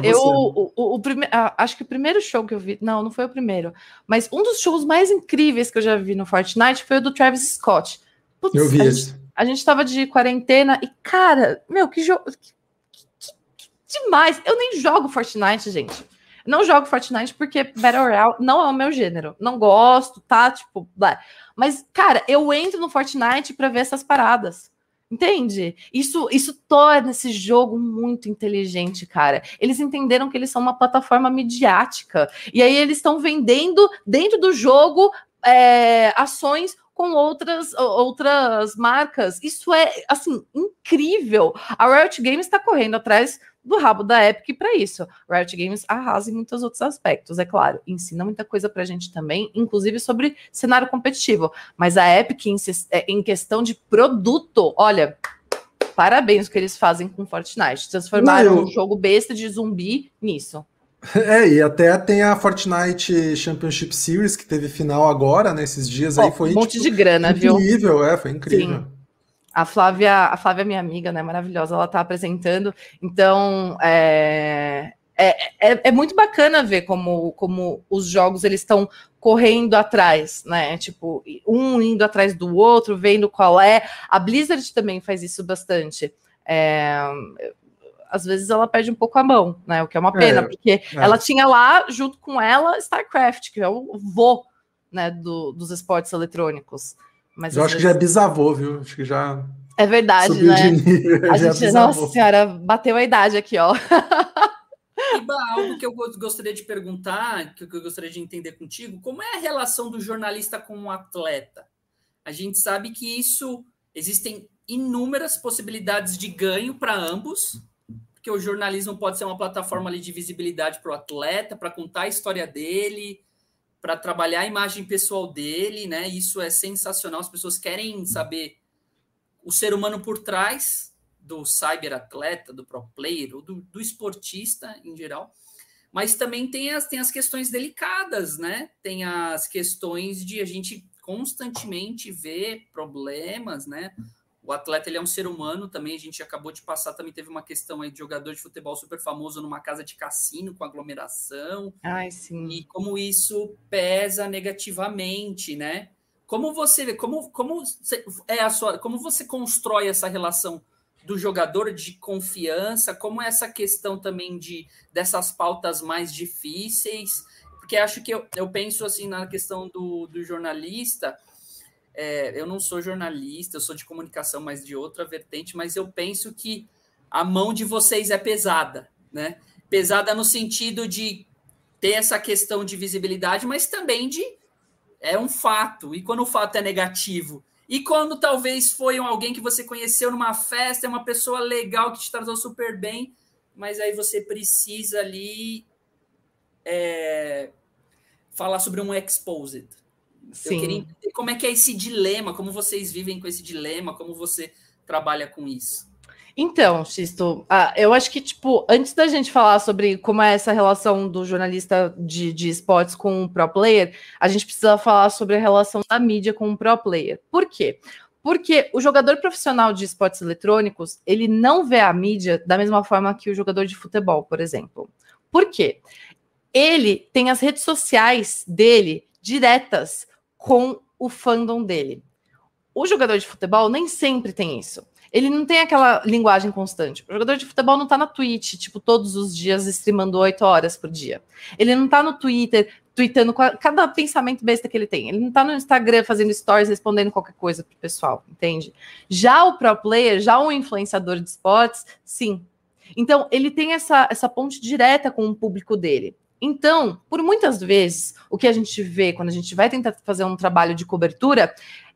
acho que o primeiro show que eu vi, não foi o primeiro, mas um dos shows mais incríveis que eu já vi no Fortnite foi o do Travis Scott. Putz, eu vi esse. A gente tava de quarentena e, cara, meu, que jogo. Que demais! Eu nem jogo Fortnite, gente. Não jogo Fortnite porque Battle Royale não é o meu gênero. Não gosto, tá? Tipo, blá. Mas, cara, eu entro no Fortnite pra ver essas paradas. Entende? Isso torna esse jogo muito inteligente, cara. Eles entenderam que eles são uma plataforma midiática. E aí eles estão vendendo dentro do jogo ações com outras marcas. Isso é, assim, incrível. A Riot Games está correndo atrás do rabo da Epic para isso. Riot Games arrasa em muitos outros aspectos, é claro. Ensina muita coisa pra gente também, inclusive sobre cenário competitivo. Mas a Epic, em questão de produto, olha, parabéns o que eles fazem com Fortnite. Transformaram um jogo besta de zumbi nisso. E até tem a Fortnite Championship Series, que teve final agora, né? Esses dias aí foi um monte de grana, viu? Incrível, foi incrível. Sim. A Flávia, minha amiga, né, maravilhosa, ela tá apresentando. Então, é muito bacana ver como os jogos eles estão correndo atrás, né? Tipo, um indo atrás do outro, vendo qual é. A Blizzard também faz isso bastante. Às vezes ela perde um pouco a mão, né? O que é uma pena, porque ela tinha lá, junto com ela, StarCraft, que é o vô, né, dos esportes eletrônicos. Mas eu acho que já é bisavô, viu? Acho que já. É verdade, subiu né? De nível, a gente, nossa senhora, bateu a idade aqui, ó. Iba, algo que eu gostaria de perguntar, que eu gostaria de entender contigo, como é a relação do jornalista com o atleta? A gente sabe que existem inúmeras possibilidades de ganho para ambos, porque o jornalismo pode ser uma plataforma ali de visibilidade para o atleta, para contar a história dele, para trabalhar a imagem pessoal dele, né? Isso é sensacional. As pessoas querem saber o ser humano por trás do cyberatleta, do pro player, ou do esportista em geral. Mas também tem as questões delicadas, né? Tem as questões de a gente constantemente ver problemas, né? O atleta, ele é um ser humano também, a gente acabou de passar, também teve uma questão aí de jogador de futebol super famoso numa casa de cassino com aglomeração. Ai, sim. E como isso pesa negativamente, né? como você constrói essa relação do jogador de confiança, como é essa questão também dessas pautas mais difíceis, porque acho que eu penso assim na questão do jornalista. Eu não sou jornalista, eu sou de comunicação, mas de outra vertente, mas eu penso que a mão de vocês é pesada, né? Pesada no sentido de ter essa questão de visibilidade, mas também é um fato. E quando o fato é negativo, e quando talvez foi alguém que você conheceu numa festa, é uma pessoa legal que te tratou super bem, mas aí você precisa ali falar sobre um exposed. Sim. Eu queria entender como é que é esse dilema, como vocês vivem com esse dilema, como você trabalha com isso. Então, Xisto, eu acho que, tipo, antes da gente falar sobre como é essa relação do jornalista de esportes com o pro player, a gente precisa falar sobre a relação da mídia com o pro player. Por quê? Porque o jogador profissional de esportes eletrônicos, ele não vê a mídia da mesma forma que o jogador de futebol, por exemplo. Por quê? Ele tem as redes sociais dele diretas com o fandom dele. O jogador de futebol nem sempre tem isso. Ele não tem aquela linguagem constante. O jogador de futebol não tá na Twitch, tipo, todos os dias streamando 8 horas por dia. Ele não tá no Twitter, tweetando cada pensamento besta que ele tem. Ele não tá no Instagram fazendo stories, respondendo qualquer coisa pro pessoal, entende? Já o pro player, já o influenciador de esportes, sim. Então, ele tem essa ponte direta com o público dele. Então, por muitas vezes, o que a gente vê quando a gente vai tentar fazer um trabalho de cobertura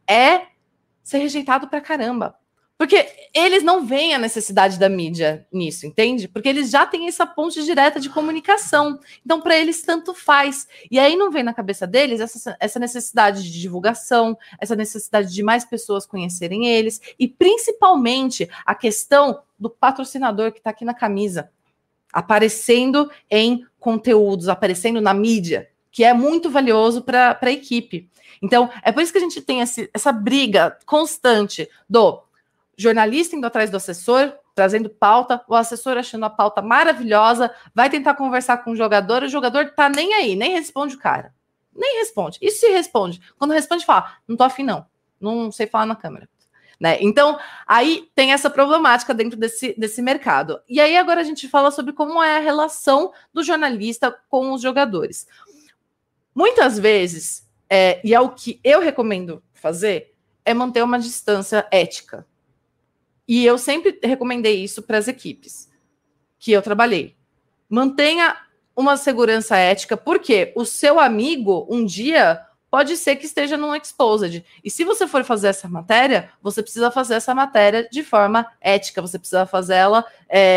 é ser rejeitado pra caramba. Porque eles não veem a necessidade da mídia nisso, entende? Porque eles já têm essa ponte direta de comunicação. Então, para eles, tanto faz. E aí não vem na cabeça deles essa necessidade de divulgação, essa necessidade de mais pessoas conhecerem eles, e principalmente a questão do patrocinador que está aqui na camisa, aparecendo em conteúdos, aparecendo na mídia, que é muito valioso para a equipe. Então, é por isso que a gente tem essa briga constante do jornalista indo atrás do assessor, trazendo pauta, o assessor achando a pauta maravilhosa, vai tentar conversar com o jogador tá nem aí, nem responde o cara. Nem responde. Isso se responde. Quando responde, fala, não tô afim não sei falar na câmera. Né? Então, aí tem essa problemática dentro desse mercado. E aí agora a gente fala sobre como é a relação do jornalista com os jogadores. Muitas vezes, e é o que eu recomendo fazer, é manter uma distância ética. E eu sempre recomendei isso para as equipes que eu trabalhei. Mantenha uma segurança ética, porque o seu amigo, um dia, pode ser que esteja num exposed. E se você for fazer essa matéria, você precisa fazer essa matéria de forma ética, você precisa fazer ela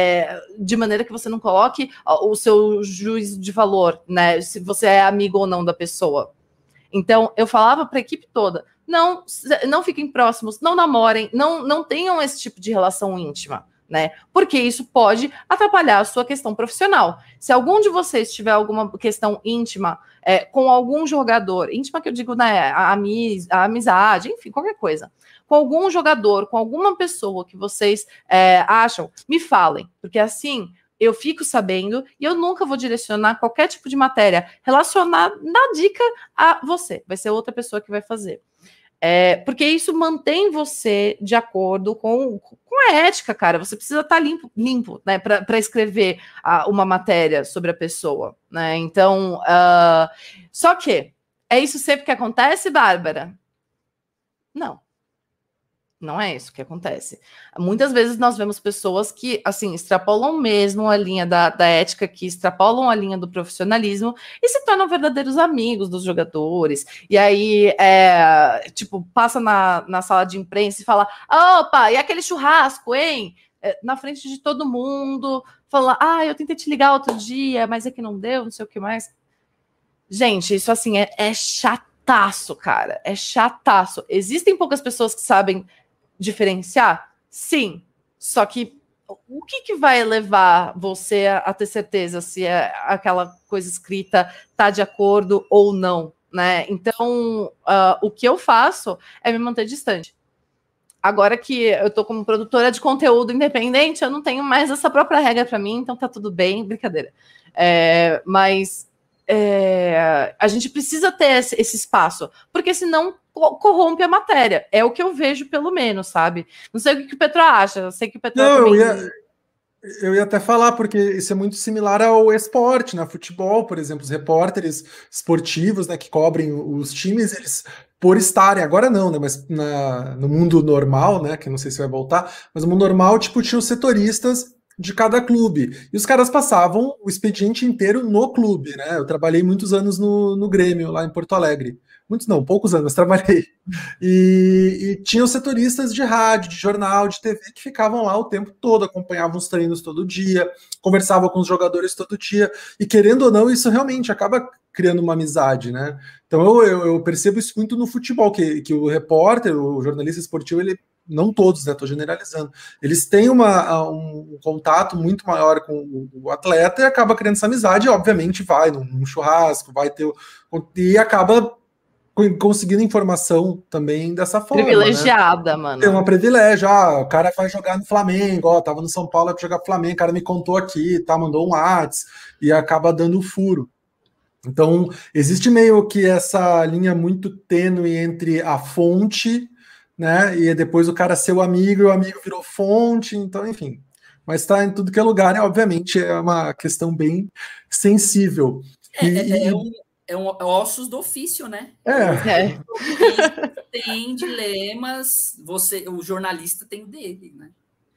de maneira que você não coloque o seu juízo de valor, né? Se você é amigo ou não da pessoa. Então, eu falava para a equipe toda, não fiquem próximos, não namorem, não tenham esse tipo de relação íntima, né? Porque isso pode atrapalhar a sua questão profissional. Se algum de vocês tiver alguma questão íntima com algum jogador, íntima que eu digo, né, a amizade, enfim, qualquer coisa, com algum jogador, com alguma pessoa que vocês acham, me falem, porque assim eu fico sabendo e eu nunca vou direcionar qualquer tipo de matéria relacionada na dica a você. Vai ser outra pessoa que vai fazer. Porque isso mantém você de acordo com a ética, cara. Você precisa estar limpo, né, para escrever uma matéria sobre a pessoa, né? Então, só que é isso sempre que acontece, Bárbara? Não é isso que acontece. Muitas vezes nós vemos pessoas que, assim, extrapolam mesmo a linha da ética, que extrapolam a linha do profissionalismo e se tornam verdadeiros amigos dos jogadores. E aí, tipo, passa na sala de imprensa e fala, opa, e aquele churrasco, hein? Na frente de todo mundo, fala, eu tentei te ligar outro dia, mas é que não deu, não sei o que mais. Gente, isso, assim, é chataço, cara. É chataço. Existem poucas pessoas que sabem diferenciar? Sim. Só que o que vai levar você a ter certeza se aquela coisa escrita está de acordo ou não, né? Então, o que eu faço é me manter distante. Agora que eu tô como produtora de conteúdo independente, eu não tenho mais essa própria regra para mim, então tá tudo bem, brincadeira. Mas a gente precisa ter esse espaço, porque senão corrompe a matéria. É o que eu vejo, pelo menos, sabe? Não sei o que o Petro acha, eu sei que o Petro também... Eu ia até falar, porque isso é muito similar ao esporte, né? Futebol, por exemplo, os repórteres esportivos, né, que cobrem os times, eles, por estarem, agora não, né? Mas no mundo normal, né? Que não sei se vai voltar, mas no mundo normal, tipo, tinha os setoristas de cada clube. E os caras passavam o expediente inteiro no clube, né? Eu trabalhei muitos anos no Grêmio, lá em Porto Alegre. Muitos não, poucos anos, trabalhei. E tinha os setoristas de rádio, de jornal, de TV que ficavam lá o tempo todo, acompanhavam os treinos todo dia, conversavam com os jogadores todo dia, e querendo ou não, isso realmente acaba criando uma amizade, né? Então eu percebo isso muito no futebol, que o repórter, o jornalista esportivo, ele, não todos, né? Estou generalizando, eles têm um contato muito maior com o atleta e acaba criando essa amizade, e obviamente vai num churrasco, vai ter. E acaba conseguindo informação também dessa forma. Privilegiada, né? mano. Tem um privilégio. O cara vai jogar no Flamengo, tava no São Paulo para jogar Flamengo, o cara me contou aqui, mandou um WhatsApp e acaba dando furo. Então, existe meio que essa linha muito tênue entre a fonte, né? E depois o cara ser o amigo e o amigo virou fonte, então, enfim. Mas está em tudo que é lugar, né? Obviamente é uma questão bem sensível. É ossos do ofício, né? Tem dilemas, o jornalista tem o dele, né?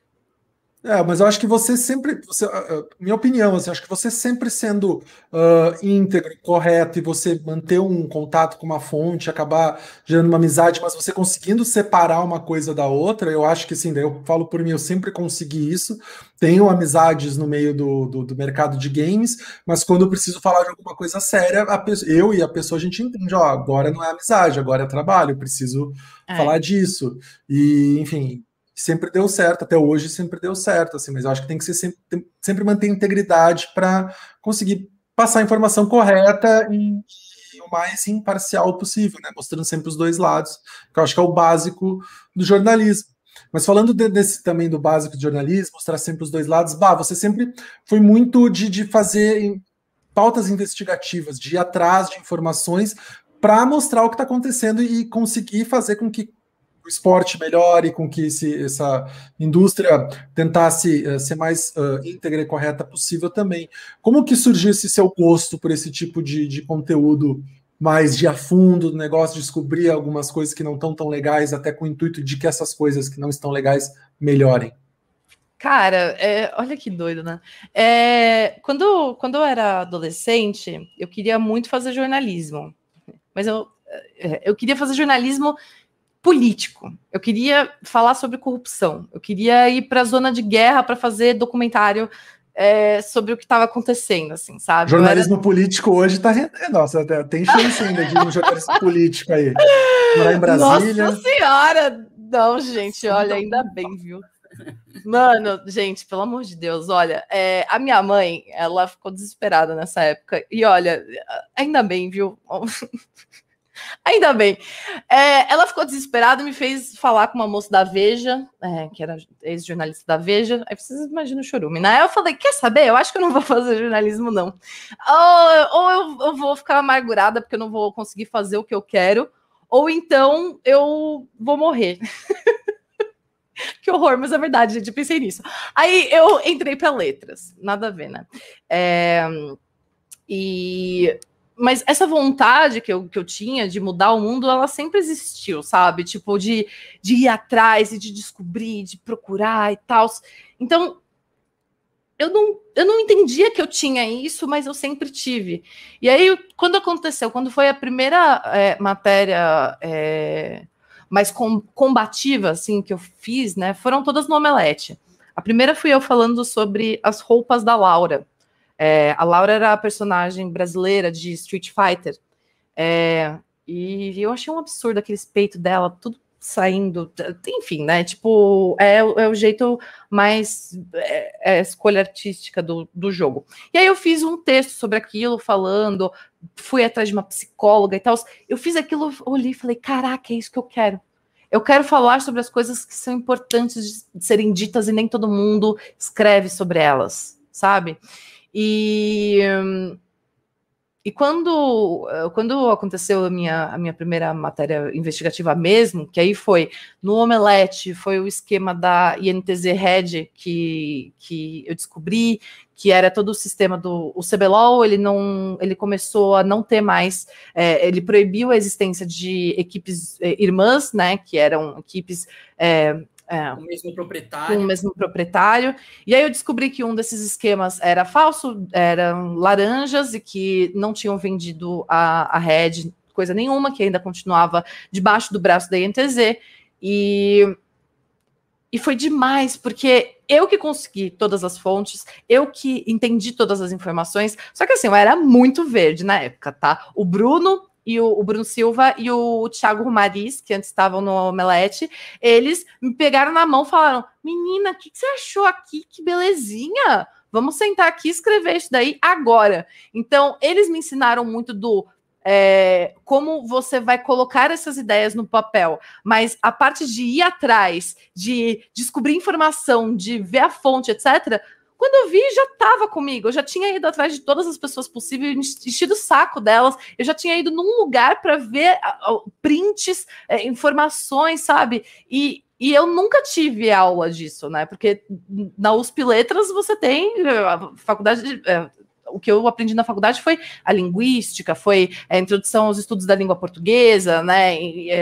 Mas eu acho que você sempre, minha opinião, assim, acho que você sempre sendo íntegro, correto, e você manter um contato com uma fonte, acabar gerando uma amizade, mas você conseguindo separar uma coisa da outra, eu acho que sim, daí eu falo por mim, eu sempre consegui isso. Tenho amizades no meio do mercado de games, mas quando eu preciso falar de alguma coisa séria, eu e a pessoa, a gente entende, agora não é amizade, agora é trabalho, eu preciso falar disso. E, enfim, sempre deu certo, até hoje sempre deu certo, assim, mas eu acho que tem que ser sempre manter integridade para conseguir passar a informação correta e o mais imparcial possível, né? Mostrando sempre os dois lados, que eu acho que é o básico do jornalismo. Mas falando desse também do básico de jornalismo, mostrar sempre os dois lados, você sempre foi muito de fazer pautas investigativas, de ir atrás de informações para mostrar o que está acontecendo e conseguir fazer com que o esporte melhore, com que essa indústria tentasse ser mais íntegra e correta possível também. Como que surgiu esse seu gosto por esse tipo de conteúdo mais de a fundo do negócio, descobrir algumas coisas que não estão tão legais, até com o intuito de que essas coisas que não estão legais melhorem? Cara, olha que doido, né? Quando eu era adolescente, eu queria muito fazer jornalismo, mas eu queria fazer jornalismo político. Eu queria falar sobre corrupção. Eu queria ir para a zona de guerra para fazer documentário sobre o que estava acontecendo, assim, sabe? Jornalismo político hoje está rendendo. Nossa, tem chance ainda de um jornalismo político aí. Morar em Brasília. Nossa Senhora! Não, gente, olha, ainda bem, viu? Mano, gente, pelo amor de Deus, olha, a minha mãe, ela ficou desesperada nessa época. E olha, ainda bem, viu? Ainda bem. Ela ficou desesperada e me fez falar com uma moça da Veja, que era ex-jornalista da Veja. Aí vocês imaginam o chorume, né? Aí eu falei, quer saber? Eu acho que eu não vou fazer jornalismo, não. Ou eu vou ficar amargurada porque eu não vou conseguir fazer o que eu quero, ou então eu vou morrer. Que horror, mas é verdade, gente, eu pensei nisso. Aí eu entrei para letras, nada a ver, né? Mas essa vontade que eu tinha de mudar o mundo, ela sempre existiu, sabe? Tipo, de ir atrás e de descobrir, de procurar e tal. Então, eu não entendia que eu tinha isso, mas eu sempre tive. E aí, quando foi a primeira matéria mais combativa, assim, que eu fiz, né? Foram todas no Omelete. A primeira fui eu falando sobre as roupas da Laura. A Laura era a personagem brasileira de Street Fighter. E eu achei um absurdo aqueles peitos dela, tudo saindo. Enfim, né? Tipo, é o jeito mais a escolha artística do jogo. E aí eu fiz um texto sobre aquilo, falando, fui atrás de uma psicóloga e tal. Eu fiz aquilo, olhei e falei, caraca, é isso que eu quero. Eu quero falar sobre as coisas que são importantes de serem ditas e nem todo mundo escreve sobre elas, sabe? E E quando aconteceu a minha primeira matéria investigativa mesmo, que aí foi no Omelete, foi o esquema da INTZ Red que eu descobri, que era todo o sistema do o CBLOL, ele começou a não ter mais, ele proibiu a existência de equipes irmãs, né, que eram equipes o mesmo com o mesmo proprietário. E aí eu descobri que um desses esquemas era falso, eram laranjas e que não tinham vendido a Red coisa nenhuma, que ainda continuava debaixo do braço da INTZ. E foi demais, porque eu que consegui todas as fontes, eu que entendi todas as informações, só que assim, eu era muito verde na época, tá? O Bruno Silva e o Thiago Romariz, que antes estavam no Omelete, eles me pegaram na mão e falaram: menina, o que você achou aqui? Que belezinha! Vamos sentar aqui e escrever isso daí agora. Então, eles me ensinaram muito do como você vai colocar essas ideias no papel, mas a parte de ir atrás, de descobrir informação, de ver a fonte, etc., quando eu vi, já estava comigo. Eu já tinha ido atrás de todas as pessoas possíveis, enchido o saco delas. Eu já tinha ido num lugar para ver prints, informações, sabe? E eu nunca tive aula disso, né? Porque na USP Letras você tem a faculdade o que eu aprendi na faculdade foi a linguística, foi a introdução aos estudos da língua portuguesa, né?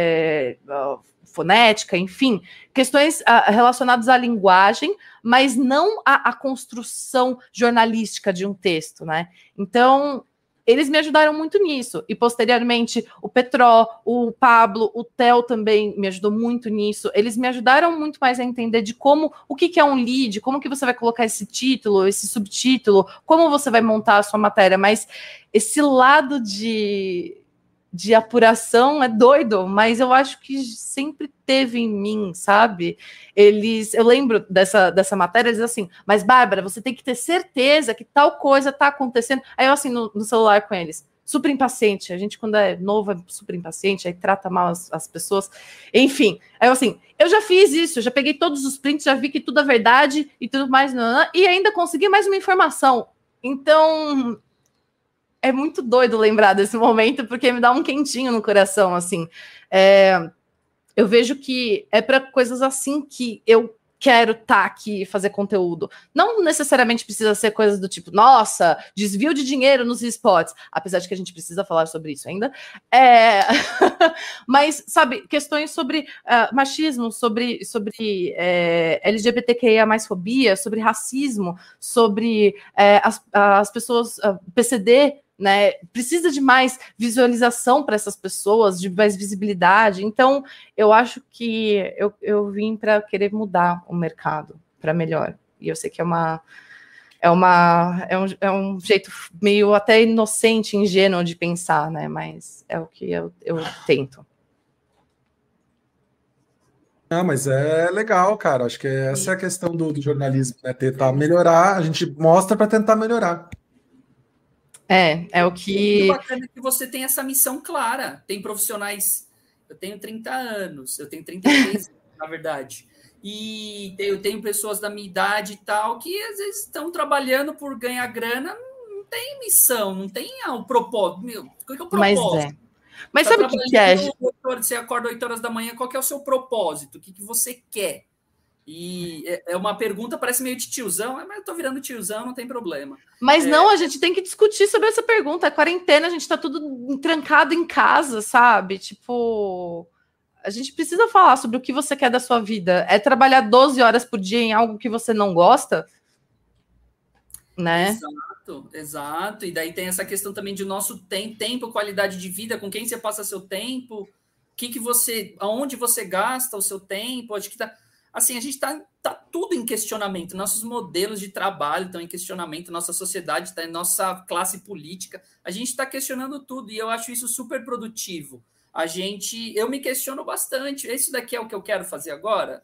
Fonética, enfim, questões relacionadas à linguagem, mas não à construção jornalística de um texto, né? Então, eles me ajudaram muito nisso. E, posteriormente, o Petró, o Pablo, o Theo também me ajudou muito nisso. Eles me ajudaram muito mais a entender de o que é um lead, como que você vai colocar esse título, esse subtítulo, como você vai montar a sua matéria. Mas esse lado de apuração é doido, mas eu acho que sempre teve em mim, sabe? Eu lembro dessa matéria, eles assim, mas Bárbara, você tem que ter certeza que tal coisa tá acontecendo. Aí eu assim, no celular com eles, super impaciente, a gente quando é novo é super impaciente, aí trata mal as pessoas, enfim. Aí eu assim, eu já fiz isso, eu já peguei todos os prints, já vi que tudo é verdade e tudo mais, e ainda consegui mais uma informação. Então, é muito doido lembrar desse momento, porque me dá um quentinho no coração, assim. Eu vejo que é para coisas assim que eu quero estar aqui e fazer conteúdo. Não necessariamente precisa ser coisas do tipo, nossa, desvio de dinheiro nos esportes, apesar de que a gente precisa falar sobre isso ainda. Mas, sabe, questões sobre machismo, sobre LGBTQIA+, fobia, sobre racismo, sobre as pessoas PCD, né? Precisa de mais visualização para essas pessoas, de mais visibilidade. Então, eu acho que eu vim para querer mudar o mercado para melhor. E eu sei que é um jeito meio até inocente, ingênuo de pensar, né? Mas é o que eu tento. Não, mas é legal, cara. Acho que essa é a questão do jornalismo, né? Tentar melhorar, a gente mostra para tentar melhorar. É o que... O bacana é que você tem essa missão clara. Tem profissionais... Eu tenho 30 anos, eu tenho 33, na verdade. E eu tenho pessoas da minha idade e tal, que às vezes estão trabalhando por ganhar grana, não tem missão, não tem o propósito. Meu, qual que é o propósito? Mas sabe o que é? Você acorda 8 horas da manhã, qual que é o seu propósito? O que você quer? E é uma pergunta, parece meio de tiozão, mas eu tô virando tiozão, não tem problema. Mas não, a gente tem que discutir sobre essa pergunta. A quarentena, a gente tá tudo trancado em casa, sabe? Tipo, a gente precisa falar sobre o que você quer da sua vida. É trabalhar 12 horas por dia em algo que você não gosta? Né? Exato. E daí tem essa questão também de nosso tempo, qualidade de vida, com quem você passa seu tempo, aonde você gasta o seu tempo, acho que tá... Assim, a gente tá tudo em questionamento. Nossos modelos de trabalho estão em questionamento, nossa sociedade está em nossa classe política. A gente está questionando tudo e eu acho isso super produtivo. Eu me questiono bastante. Isso daqui é o que eu quero fazer agora?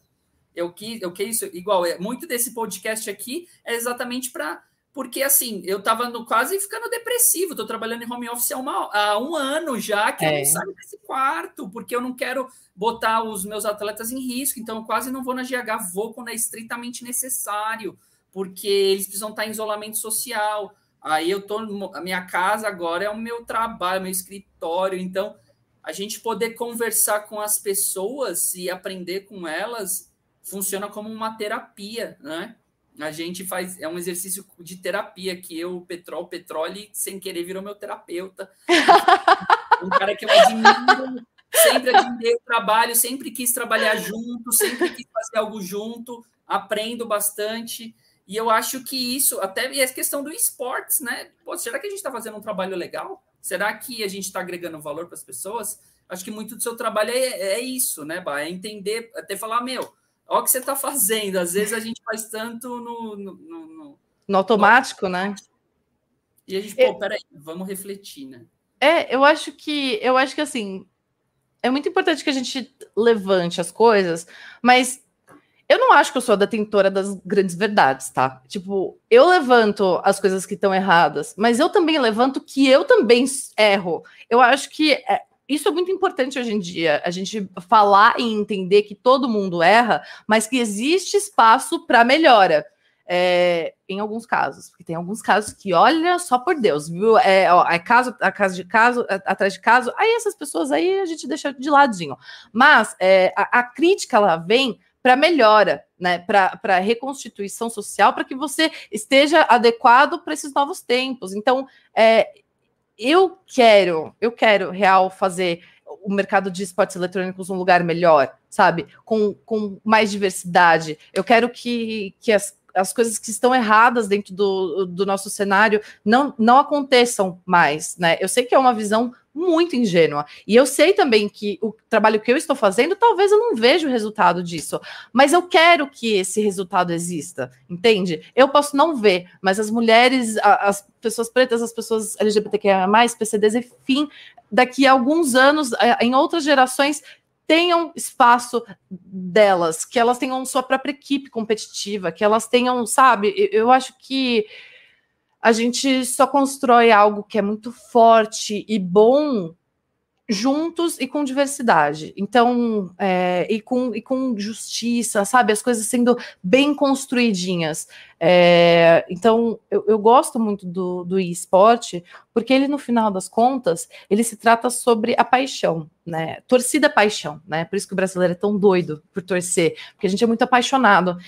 Muito desse podcast aqui é exatamente porque, assim, eu estava quase ficando depressivo. Estou trabalhando em home office há um ano já, que eu não saio desse quarto, porque eu não quero botar os meus atletas em risco. Então, eu quase não vou na GH, vou quando é estritamente necessário, porque eles precisam estar em isolamento social. Aí a minha casa agora é o meu trabalho, meu escritório. Então, a gente poder conversar com as pessoas e aprender com elas funciona como uma terapia, né? A gente faz, é um exercício de terapia que eu, o Petroli, sem querer, virou meu terapeuta. Um cara que eu admiro, sempre admirei o trabalho, sempre quis trabalhar junto, sempre quis fazer algo junto, aprendo bastante. E eu acho que isso, até e a questão do esportes, né? Pô, será que a gente está fazendo um trabalho legal? Será que a gente está agregando valor para as pessoas? Acho que muito do seu trabalho é isso, né, Bah? É entender, até falar, meu, olha o que você está fazendo. Às vezes a gente faz tanto no automático, né? E a gente, pô, peraí, vamos refletir, né? Eu acho que assim, é muito importante que a gente levante as coisas, mas eu não acho que eu sou a detentora das grandes verdades, tá? Tipo, eu levanto as coisas que estão erradas, mas eu também levanto que eu também erro. Eu acho que isso é muito importante hoje em dia, a gente falar e entender que todo mundo erra, mas que existe espaço para melhora. Em alguns casos, porque tem alguns casos que, olha, só por Deus, viu? Caso atrás de caso, aí essas pessoas aí a gente deixa de ladinho. Mas a crítica, ela vem para melhora, né? Para reconstituição social, para que você esteja adequado para esses novos tempos. Então, eu quero real fazer o mercado de esportes eletrônicos um lugar melhor, sabe? Com mais diversidade. Eu quero que as coisas que estão erradas dentro do nosso cenário não aconteçam mais, né? Eu sei que é uma visão muito ingênua. E eu sei também que o trabalho que eu estou fazendo, talvez eu não veja o resultado disso, mas eu quero que esse resultado exista, entende? Eu posso não ver, mas as mulheres, as pessoas pretas, as pessoas LGBTQIA+, PCDs, enfim, daqui a alguns anos, em outras gerações, tenham espaço delas, que elas tenham sua própria equipe competitiva, que elas tenham, sabe? Eu acho que a gente só constrói algo que é muito forte e bom juntos e com diversidade. Então, e com justiça, sabe? As coisas sendo bem construidinhas. Então, eu gosto muito do esporte, porque ele, no final das contas, ele se trata sobre a paixão, né? Torcida paixão, né? Por isso que o brasileiro é tão doido por torcer, porque a gente é muito apaixonado.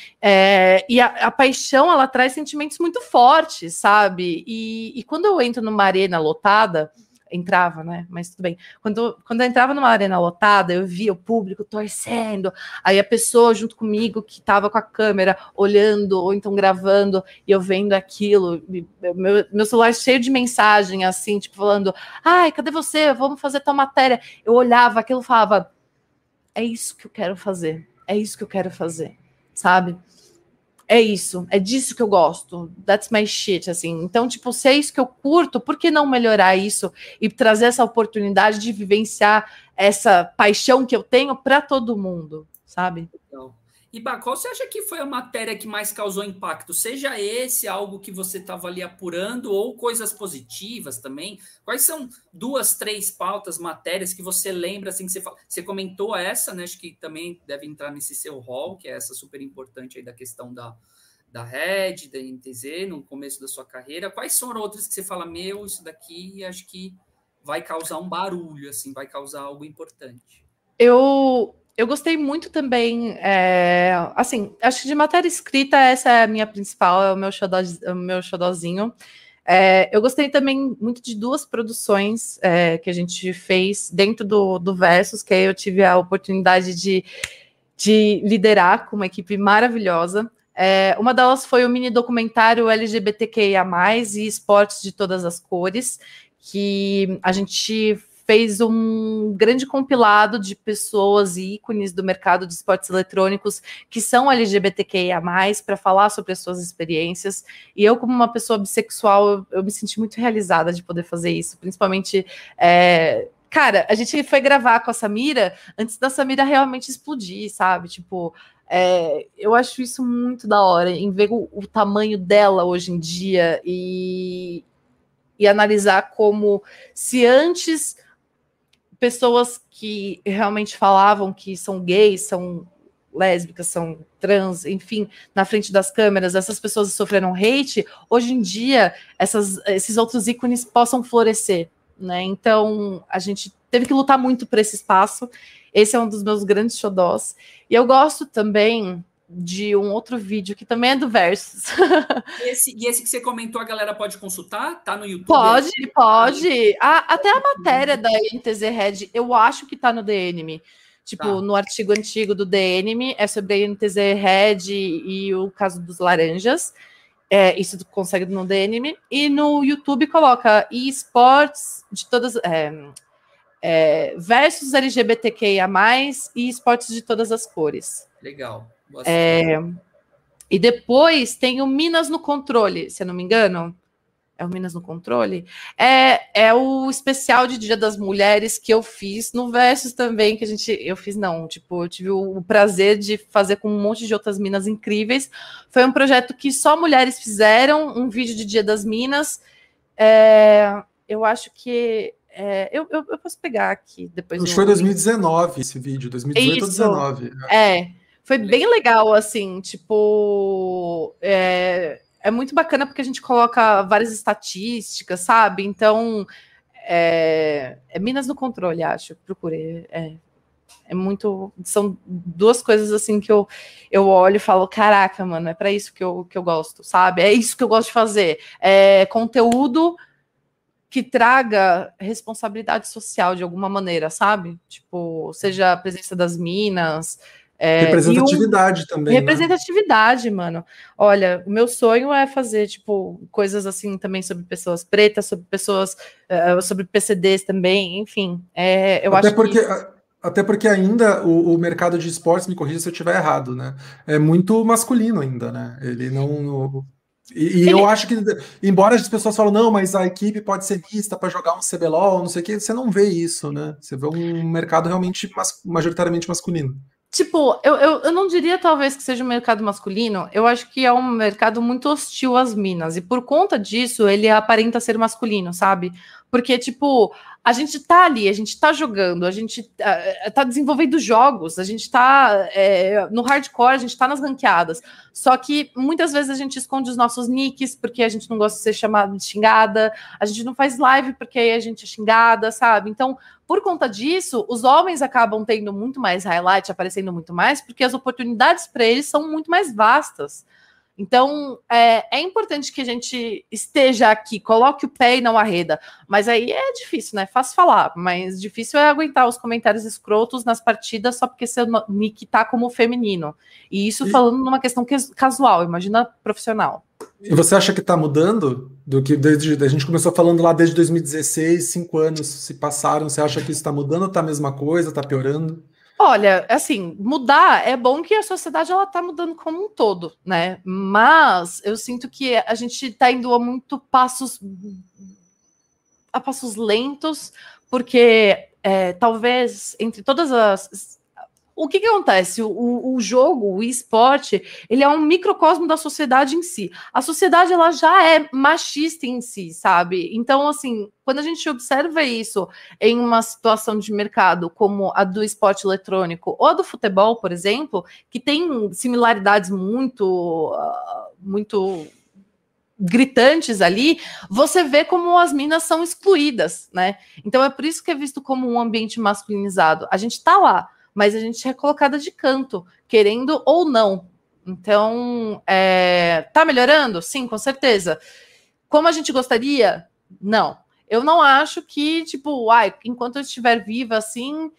E a paixão, ela traz sentimentos muito fortes, sabe? E quando eu entro numa arena lotada, entrava, né? Mas tudo bem. Quando eu entrava numa arena lotada, eu via o público torcendo, aí a pessoa junto comigo que estava com a câmera olhando ou então gravando, e eu vendo aquilo, meu celular cheio de mensagem, assim, tipo, falando, ai, cadê você? Vamos fazer tal matéria. Eu olhava aquilo e falava, é isso que eu quero fazer, é isso que eu quero fazer, sabe? É isso, é disso que eu gosto. That's my shit, assim. Então, tipo, se é isso que eu curto, por que não melhorar isso e trazer essa oportunidade de vivenciar essa paixão que eu tenho para todo mundo, sabe? Então, e Bah, qual você acha que foi a matéria que mais causou impacto? Seja esse algo que você estava ali apurando ou coisas positivas também? Quais são 2, 3 pautas, matérias que você lembra, assim, que você comentou essa, né? Acho que também deve entrar nesse seu rol, que é essa super importante aí da questão da Red, da NTZ, no começo da sua carreira. Quais foram outras que você fala, meu, isso daqui acho que vai causar um barulho, assim, vai causar algo importante? Eu gostei muito também, assim, acho que de matéria escrita, essa é a minha principal, é o meu xodózinho. Eu gostei também muito de 2 produções que a gente fez dentro do Versus, que aí eu tive a oportunidade de liderar com uma equipe maravilhosa. Uma delas foi o mini documentário LGBTQIA+, e esportes de todas as cores, que a gente fez um grande compilado de pessoas e ícones do mercado de esportes eletrônicos que são LGBTQIA+, para falar sobre as suas experiências. E eu, como uma pessoa bissexual, eu me senti muito realizada de poder fazer isso, principalmente... Cara, a gente foi gravar com a Samira antes da Samira realmente explodir, sabe? Tipo, eu acho isso muito da hora, em ver o tamanho dela hoje em dia e analisar como se antes pessoas que realmente falavam que são gays, são lésbicas, são trans, enfim, na frente das câmeras, essas pessoas sofreram hate, hoje em dia esses outros ícones possam florescer, né? Então a gente teve que lutar muito por esse espaço. Esse é um dos meus grandes xodós. E eu gosto também de um outro vídeo que também é do Versus. E esse que você comentou, a galera pode consultar? Tá no YouTube? Pode. Até a matéria da NTZ Red, eu acho que tá no The Enemy. Tipo, no artigo antigo do The Enemy, é sobre a NTZ Red e o caso dos laranjas. Isso tu consegue no The Enemy. E no YouTube coloca esportes de todas... versus LGBTQIA+, e esportes de todas as cores. Legal. E depois tem o Minas no Controle, se eu não me engano. É o Minas no Controle? É o especial de Dia das Mulheres que eu fiz no Versus também, que eu tive o prazer de fazer com um monte de outras minas incríveis. Foi um projeto que só mulheres fizeram, um vídeo de Dia das Minas. Eu acho que eu posso pegar aqui depois. Acho que foi 2019 esse vídeo, 2018 ou 2019. Foi bem legal, assim, tipo... É muito bacana porque a gente coloca várias estatísticas, sabe? Então, Minas no Controle, acho. Procurei. É muito... São duas coisas, assim, que eu olho e falo, caraca, mano, é pra isso que eu gosto, sabe? É isso que eu gosto de fazer. Conteúdo que traga responsabilidade social de alguma maneira, sabe? Tipo, seja a presença das minas... representatividade também. Representatividade, né? Mano. Olha, o meu sonho é fazer, tipo, coisas assim também sobre pessoas pretas, sobre pessoas, sobre PCDs também, enfim. Eu acho que... Até porque ainda o mercado de esportes, me corrija se eu estiver errado, né? É muito masculino ainda, né? Ele não... eu acho que, embora as pessoas falam, não, mas a equipe pode ser mista para jogar um CBLOL, não sei o que, você não vê isso, né? Você vê um mercado realmente majoritariamente masculino. Tipo, eu não diria talvez que seja um mercado masculino, eu acho que é um mercado muito hostil às minas, e por conta disso ele aparenta ser masculino, sabe? Porque, tipo, a gente tá ali, a gente tá jogando, a gente tá desenvolvendo jogos, a gente tá no hardcore, a gente tá nas ranqueadas, só que muitas vezes a gente esconde os nossos nicks porque a gente não gosta de ser chamado de xingada, a gente não faz live porque a gente é xingada, sabe? Então, por conta disso, os homens acabam tendo muito mais highlight, aparecendo muito mais, porque as oportunidades para eles são muito mais vastas. Então, é importante que a gente esteja aqui, coloque o pé e não arreda. Mas aí é difícil, né? Fácil falar, mas difícil é aguentar os comentários escrotos nas partidas só porque seu nick tá como feminino. E isso falando numa questão casual, imagina profissional. E você acha que está mudando? A gente começou falando lá desde 2016, 5 anos se passaram. Você acha que isso está mudando ou está a mesma coisa, está piorando? Olha, assim, mudar é bom que a sociedade ela tá mudando como um todo, né? Mas eu sinto que a gente está indo a passos lentos, porque talvez entre todas as... O que acontece? O jogo, o esporte, ele é um microcosmo da sociedade em si. A sociedade, ela já é machista em si, sabe? Então, assim, quando a gente observa isso em uma situação de mercado como a do esporte eletrônico ou a do futebol, por exemplo, que tem similaridades muito gritantes ali, você vê como as minas são excluídas, né? Então, é por isso que é visto como um ambiente masculinizado. A gente tá lá, mas a gente é colocada de canto, querendo ou não. Então, tá melhorando? Sim, com certeza. Como a gente gostaria? Não. Eu não acho que, tipo, enquanto eu estiver viva, assim,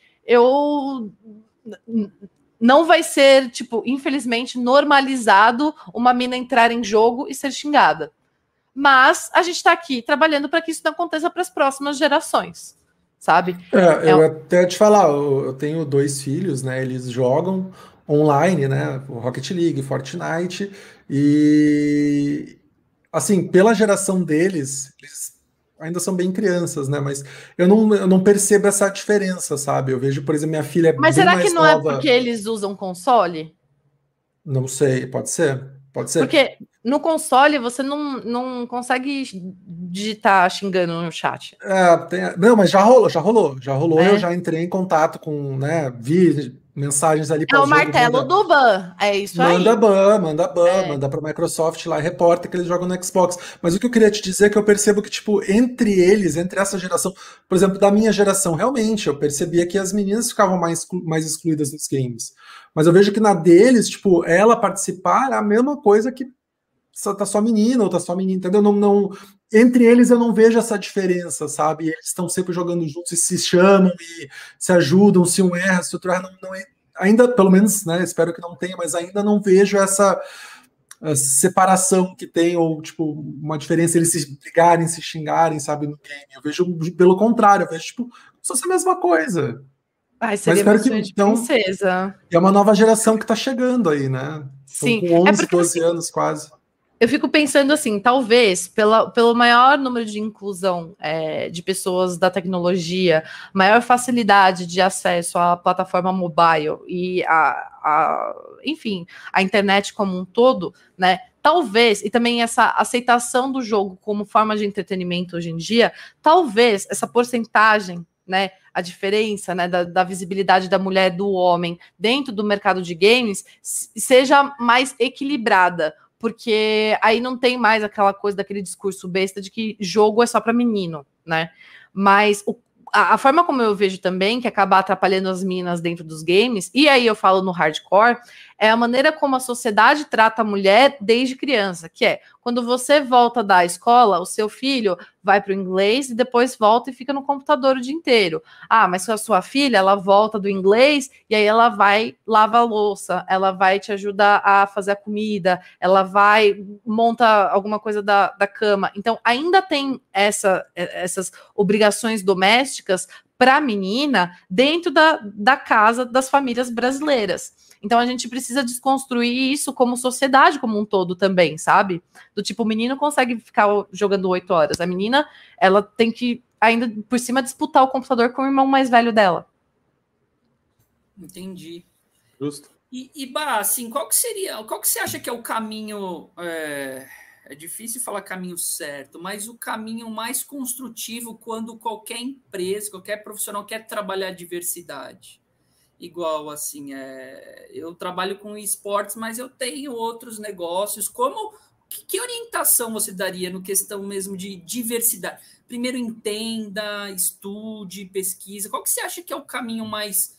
não vai ser, tipo, infelizmente, normalizado uma mina entrar em jogo e ser xingada. Mas a gente está aqui trabalhando para que isso não aconteça para as próximas gerações. Sabe? Eu até te falar, eu tenho 2 filhos, né? Eles jogam online, né? Rocket League, Fortnite, e assim, pela geração deles, eles ainda são bem crianças, né? Mas eu não percebo essa diferença, sabe? Eu vejo, por exemplo, minha filha Mas bem será mais que não nova. É porque eles usam console? Não sei, pode ser. Pode ser. Porque no console você não consegue digitar xingando no chat. Não, mas já rolou. Eu já entrei em contato com, né? Vi mensagens ali É para o o jogo. martelo do ban, é isso aí. Manda ban, manda para a Microsoft lá, reporta que eles jogam no Xbox. Mas o que eu queria te dizer é que eu percebo que, tipo, entre eles, entre essa geração, por exemplo, da minha geração, realmente, eu percebia que as meninas ficavam mais excluídas nos games. Mas eu vejo que na deles, tipo, ela participar é a mesma coisa que tá só menina ou tá só menina, entendeu? Entre eles eu não vejo essa diferença, sabe? Eles estão sempre jogando juntos e se chamam e se ajudam, se um erra, se outro erra, ainda, pelo menos, né, espero que não tenha, mas ainda não vejo essa separação que tem, ou tipo, uma diferença eles se brigarem, se xingarem, sabe, no game. Eu vejo pelo contrário, eu vejo, tipo, só a mesma coisa. Ai, Mas seria meu espero que, sonho de então, princesa. é uma nova geração que tá chegando aí, né? Estão Sim, com é 11, porque 12 assim, anos quase. eu fico pensando assim, talvez pelo maior número de inclusão de pessoas da tecnologia, maior facilidade de acesso à plataforma mobile e enfim, a internet como um todo, né? Talvez, e também essa aceitação do jogo como forma de entretenimento hoje em dia, talvez essa porcentagem, né, a diferença, né, da visibilidade da mulher e do homem dentro do mercado de games seja mais equilibrada, porque aí não tem mais aquela coisa daquele discurso besta de que jogo é só para menino, né? Mas a forma como eu vejo também, que acaba atrapalhando as meninas dentro dos games, e aí eu falo no hardcore, é a maneira como a sociedade trata a mulher desde criança, que é, quando você volta da escola, o seu filho vai para o inglês e depois volta e fica no computador o dia inteiro. Ah, mas a sua filha, ela volta do inglês e aí ela vai lavar a louça, ela vai te ajudar a fazer a comida, ela vai monta alguma coisa da cama. Então, ainda tem essas obrigações domésticas para a menina dentro da casa das famílias brasileiras. Então a gente precisa desconstruir isso como sociedade como um todo também, sabe? Do tipo, o menino consegue ficar jogando 8 horas. A menina, ela tem que ainda por cima disputar o computador com o irmão mais velho dela. Entendi. Justo. E Bah, assim, qual que você acha que é o caminho, é difícil falar caminho certo, mas o caminho mais construtivo quando qualquer empresa, qualquer profissional quer trabalhar a diversidade? Igual, assim, eu trabalho com esportes, mas eu tenho outros negócios. Que orientação você daria no questão mesmo de diversidade? Primeiro, entenda, estude, pesquisa. Qual que você acha que é o caminho mais,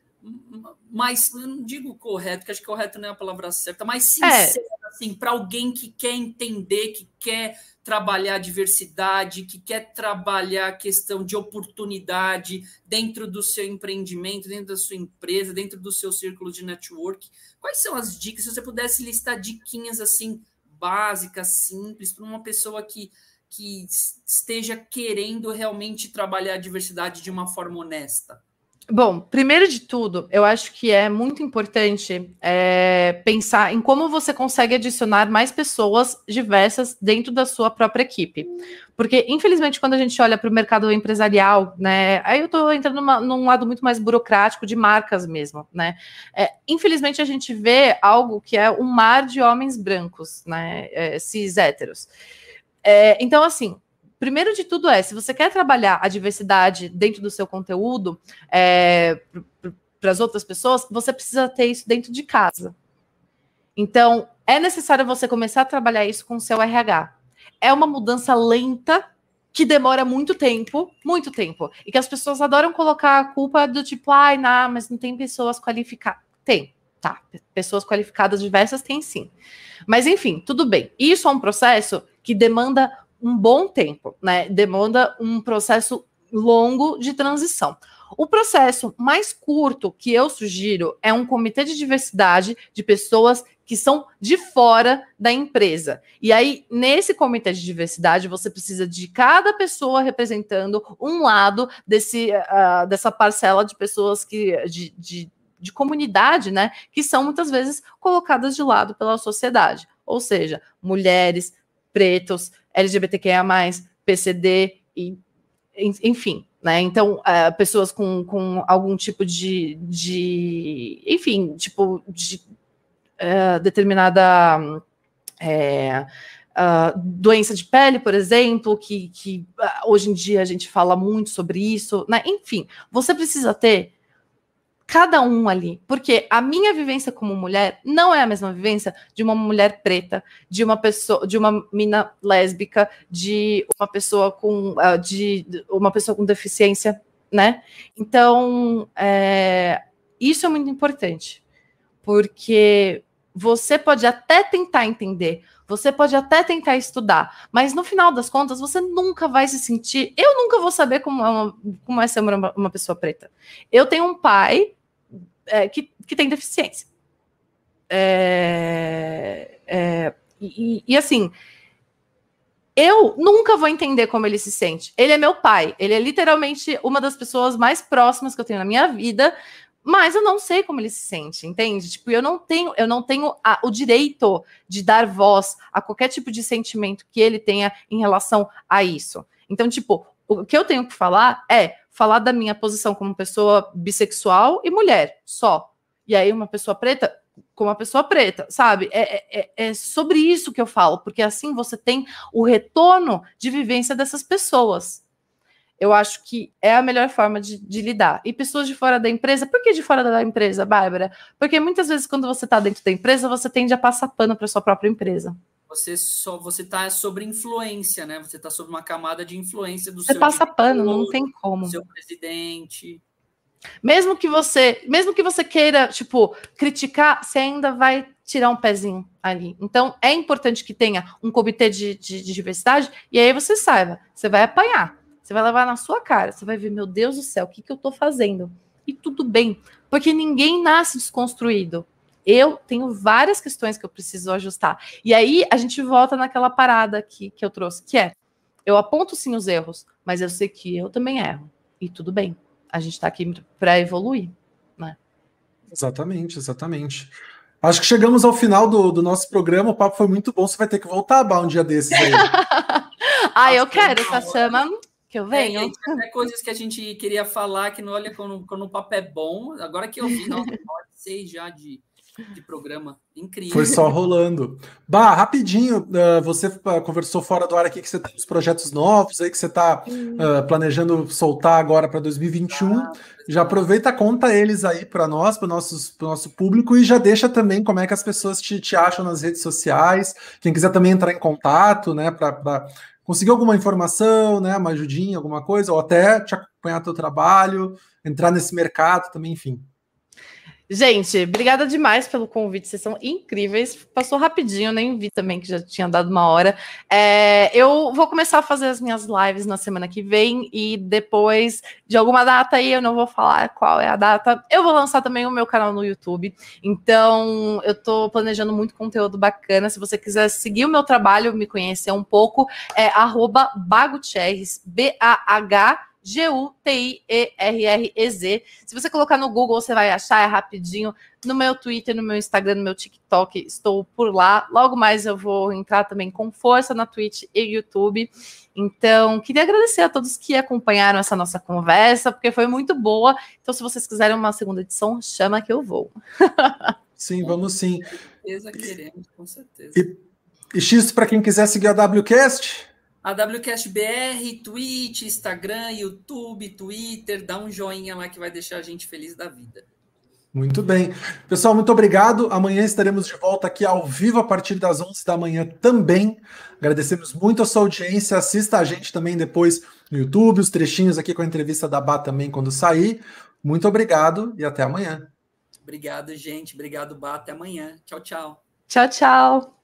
eu não digo correto, porque acho que correto não é a palavra certa, mais sincero, assim, para alguém que quer entender, que quer trabalhar a diversidade, que quer trabalhar a questão de oportunidade dentro do seu empreendimento, dentro da sua empresa, dentro do seu círculo de network. Quais são as dicas? Se você pudesse listar diquinhas assim básicas, simples, para uma pessoa que esteja querendo realmente trabalhar a diversidade de uma forma honesta. Bom, primeiro de tudo, eu acho que é muito importante pensar em como você consegue adicionar mais pessoas diversas dentro da sua própria equipe. Porque, infelizmente, quando a gente olha para o mercado empresarial, né, aí eu estou entrando num lado muito mais burocrático de marcas mesmo, né? Infelizmente, a gente vê algo que é um mar de homens brancos, né, cis héteros. Então, assim, primeiro de tudo se você quer trabalhar a diversidade dentro do seu conteúdo para as outras pessoas, você precisa ter isso dentro de casa. Então, é necessário você começar a trabalhar isso com o seu RH. É uma mudança lenta, que demora muito tempo, e que as pessoas adoram colocar a culpa do tipo, mas não tem pessoas qualificadas. Tem, tá. Pessoas qualificadas diversas tem sim. Mas, enfim, tudo bem. Isso é um processo que demanda um bom tempo, né? Demanda um processo longo de transição. O processo mais curto que eu sugiro é um comitê de diversidade de pessoas que são de fora da empresa. E aí, nesse comitê de diversidade, você precisa de cada pessoa representando um lado dessa parcela de pessoas de comunidade, né? Que são muitas vezes colocadas de lado pela sociedade. Ou seja, mulheres, pretos, LGBTQIA+, PCD, e, enfim, né? Então, pessoas com algum tipo enfim, tipo de determinada doença de pele, por exemplo, que hoje em dia a gente fala muito sobre isso, né? Enfim, você precisa ter cada um ali, porque a minha vivência como mulher não é a mesma vivência de uma mulher preta, de uma pessoa, de uma mina lésbica, de uma pessoa com deficiência, né? Então, isso é muito importante, porque você pode até tentar entender, você pode até tentar estudar, mas no final das contas você nunca vai se sentir. Eu nunca vou saber como é ser uma pessoa preta. Eu tenho um pai que tem deficiência. E assim, eu nunca vou entender como ele se sente. Ele é meu pai, ele é literalmente uma das pessoas mais próximas que eu tenho na minha vida, mas eu não sei como ele se sente, entende? Tipo, eu não tenho o direito de dar voz a qualquer tipo de sentimento que ele tenha em relação a isso. Então, tipo, o que eu tenho que falar é falar da minha posição como pessoa bissexual e mulher, só. E aí uma pessoa preta com uma pessoa preta, sabe? É sobre isso que eu falo, porque assim você tem o retorno de vivência dessas pessoas. Eu acho que é a melhor forma de lidar. E pessoas de fora da empresa, por que de fora da empresa, Bárbara? Porque muitas vezes quando você está dentro da empresa, você tende a passar pano para sua própria empresa. Você está sobre influência, né? Você está sob uma camada de influência do seu diretor. Você passa pano, não tem como. Do seu presidente. Mesmo que você queira, tipo, criticar, você ainda vai tirar um pezinho ali. Então, é importante que tenha um comitê de diversidade, e aí você saiba, você vai apanhar, você vai levar na sua cara, você vai ver, meu Deus do céu, o que eu tô fazendo? E tudo bem, porque ninguém nasce desconstruído. Eu tenho várias questões que eu preciso ajustar. E aí, a gente volta naquela parada que eu trouxe, que é, eu aponto sim os erros, mas eu sei que eu também erro. E tudo bem. A gente está aqui para evoluir, né? Exatamente. Acho que chegamos ao final do nosso programa. O papo foi muito bom. Você vai ter que voltar, Bá, um dia desses aí. Eu quero, essa chama que eu venho. Gente, até coisas que a gente queria falar, que não olha quando o papo é bom. Agora que eu vi, nossa, pode ser já de programa. Incrível. Foi só rolando. Bah, rapidinho, você conversou fora do ar aqui que você tem uns projetos novos aí que você está planejando soltar agora para 2021. Já aproveita, conta eles aí para nós, para o nosso público, e já deixa também como é que as pessoas te acham nas redes sociais. Quem quiser também entrar em contato, né, para conseguir alguma informação, né, uma ajudinha, alguma coisa, ou até te acompanhar teu trabalho, entrar nesse mercado também, enfim. Gente, obrigada demais pelo convite, vocês são incríveis. Passou rapidinho, nem vi também que já tinha dado uma hora. Eu vou começar a fazer as minhas lives na semana que vem e depois de alguma data aí, eu não vou falar qual é a data, eu vou lançar também o meu canal no YouTube. Então, eu tô planejando muito conteúdo bacana. Se você quiser seguir o meu trabalho, me conhecer um pouco, é @bagutierrez, BAHGUTIERREZ. Se você colocar no Google, você vai achar, é rapidinho. No meu Twitter, no meu Instagram, no meu TikTok, estou por lá. Logo mais eu vou entrar também com força na Twitch e YouTube. Então, queria agradecer a todos que acompanharam essa nossa conversa, porque foi muito boa. Então, se vocês quiserem uma segunda edição, chama que eu vou. Sim, vamos sim. Com certeza queremos, com certeza. E X, para quem quiser seguir a WCast? A WCast BR, Twitch, Instagram, YouTube, Twitter, dá um joinha lá que vai deixar a gente feliz da vida. Muito bem. Pessoal, muito obrigado. Amanhã estaremos de volta aqui ao vivo a partir das 11 da manhã também. Agradecemos muito a sua audiência. Assista a gente também depois no YouTube, os trechinhos aqui com a entrevista da Bá também quando sair. Muito obrigado e até amanhã. Obrigado, gente. Obrigado, Bá. Até amanhã. Tchau, tchau. Tchau, tchau.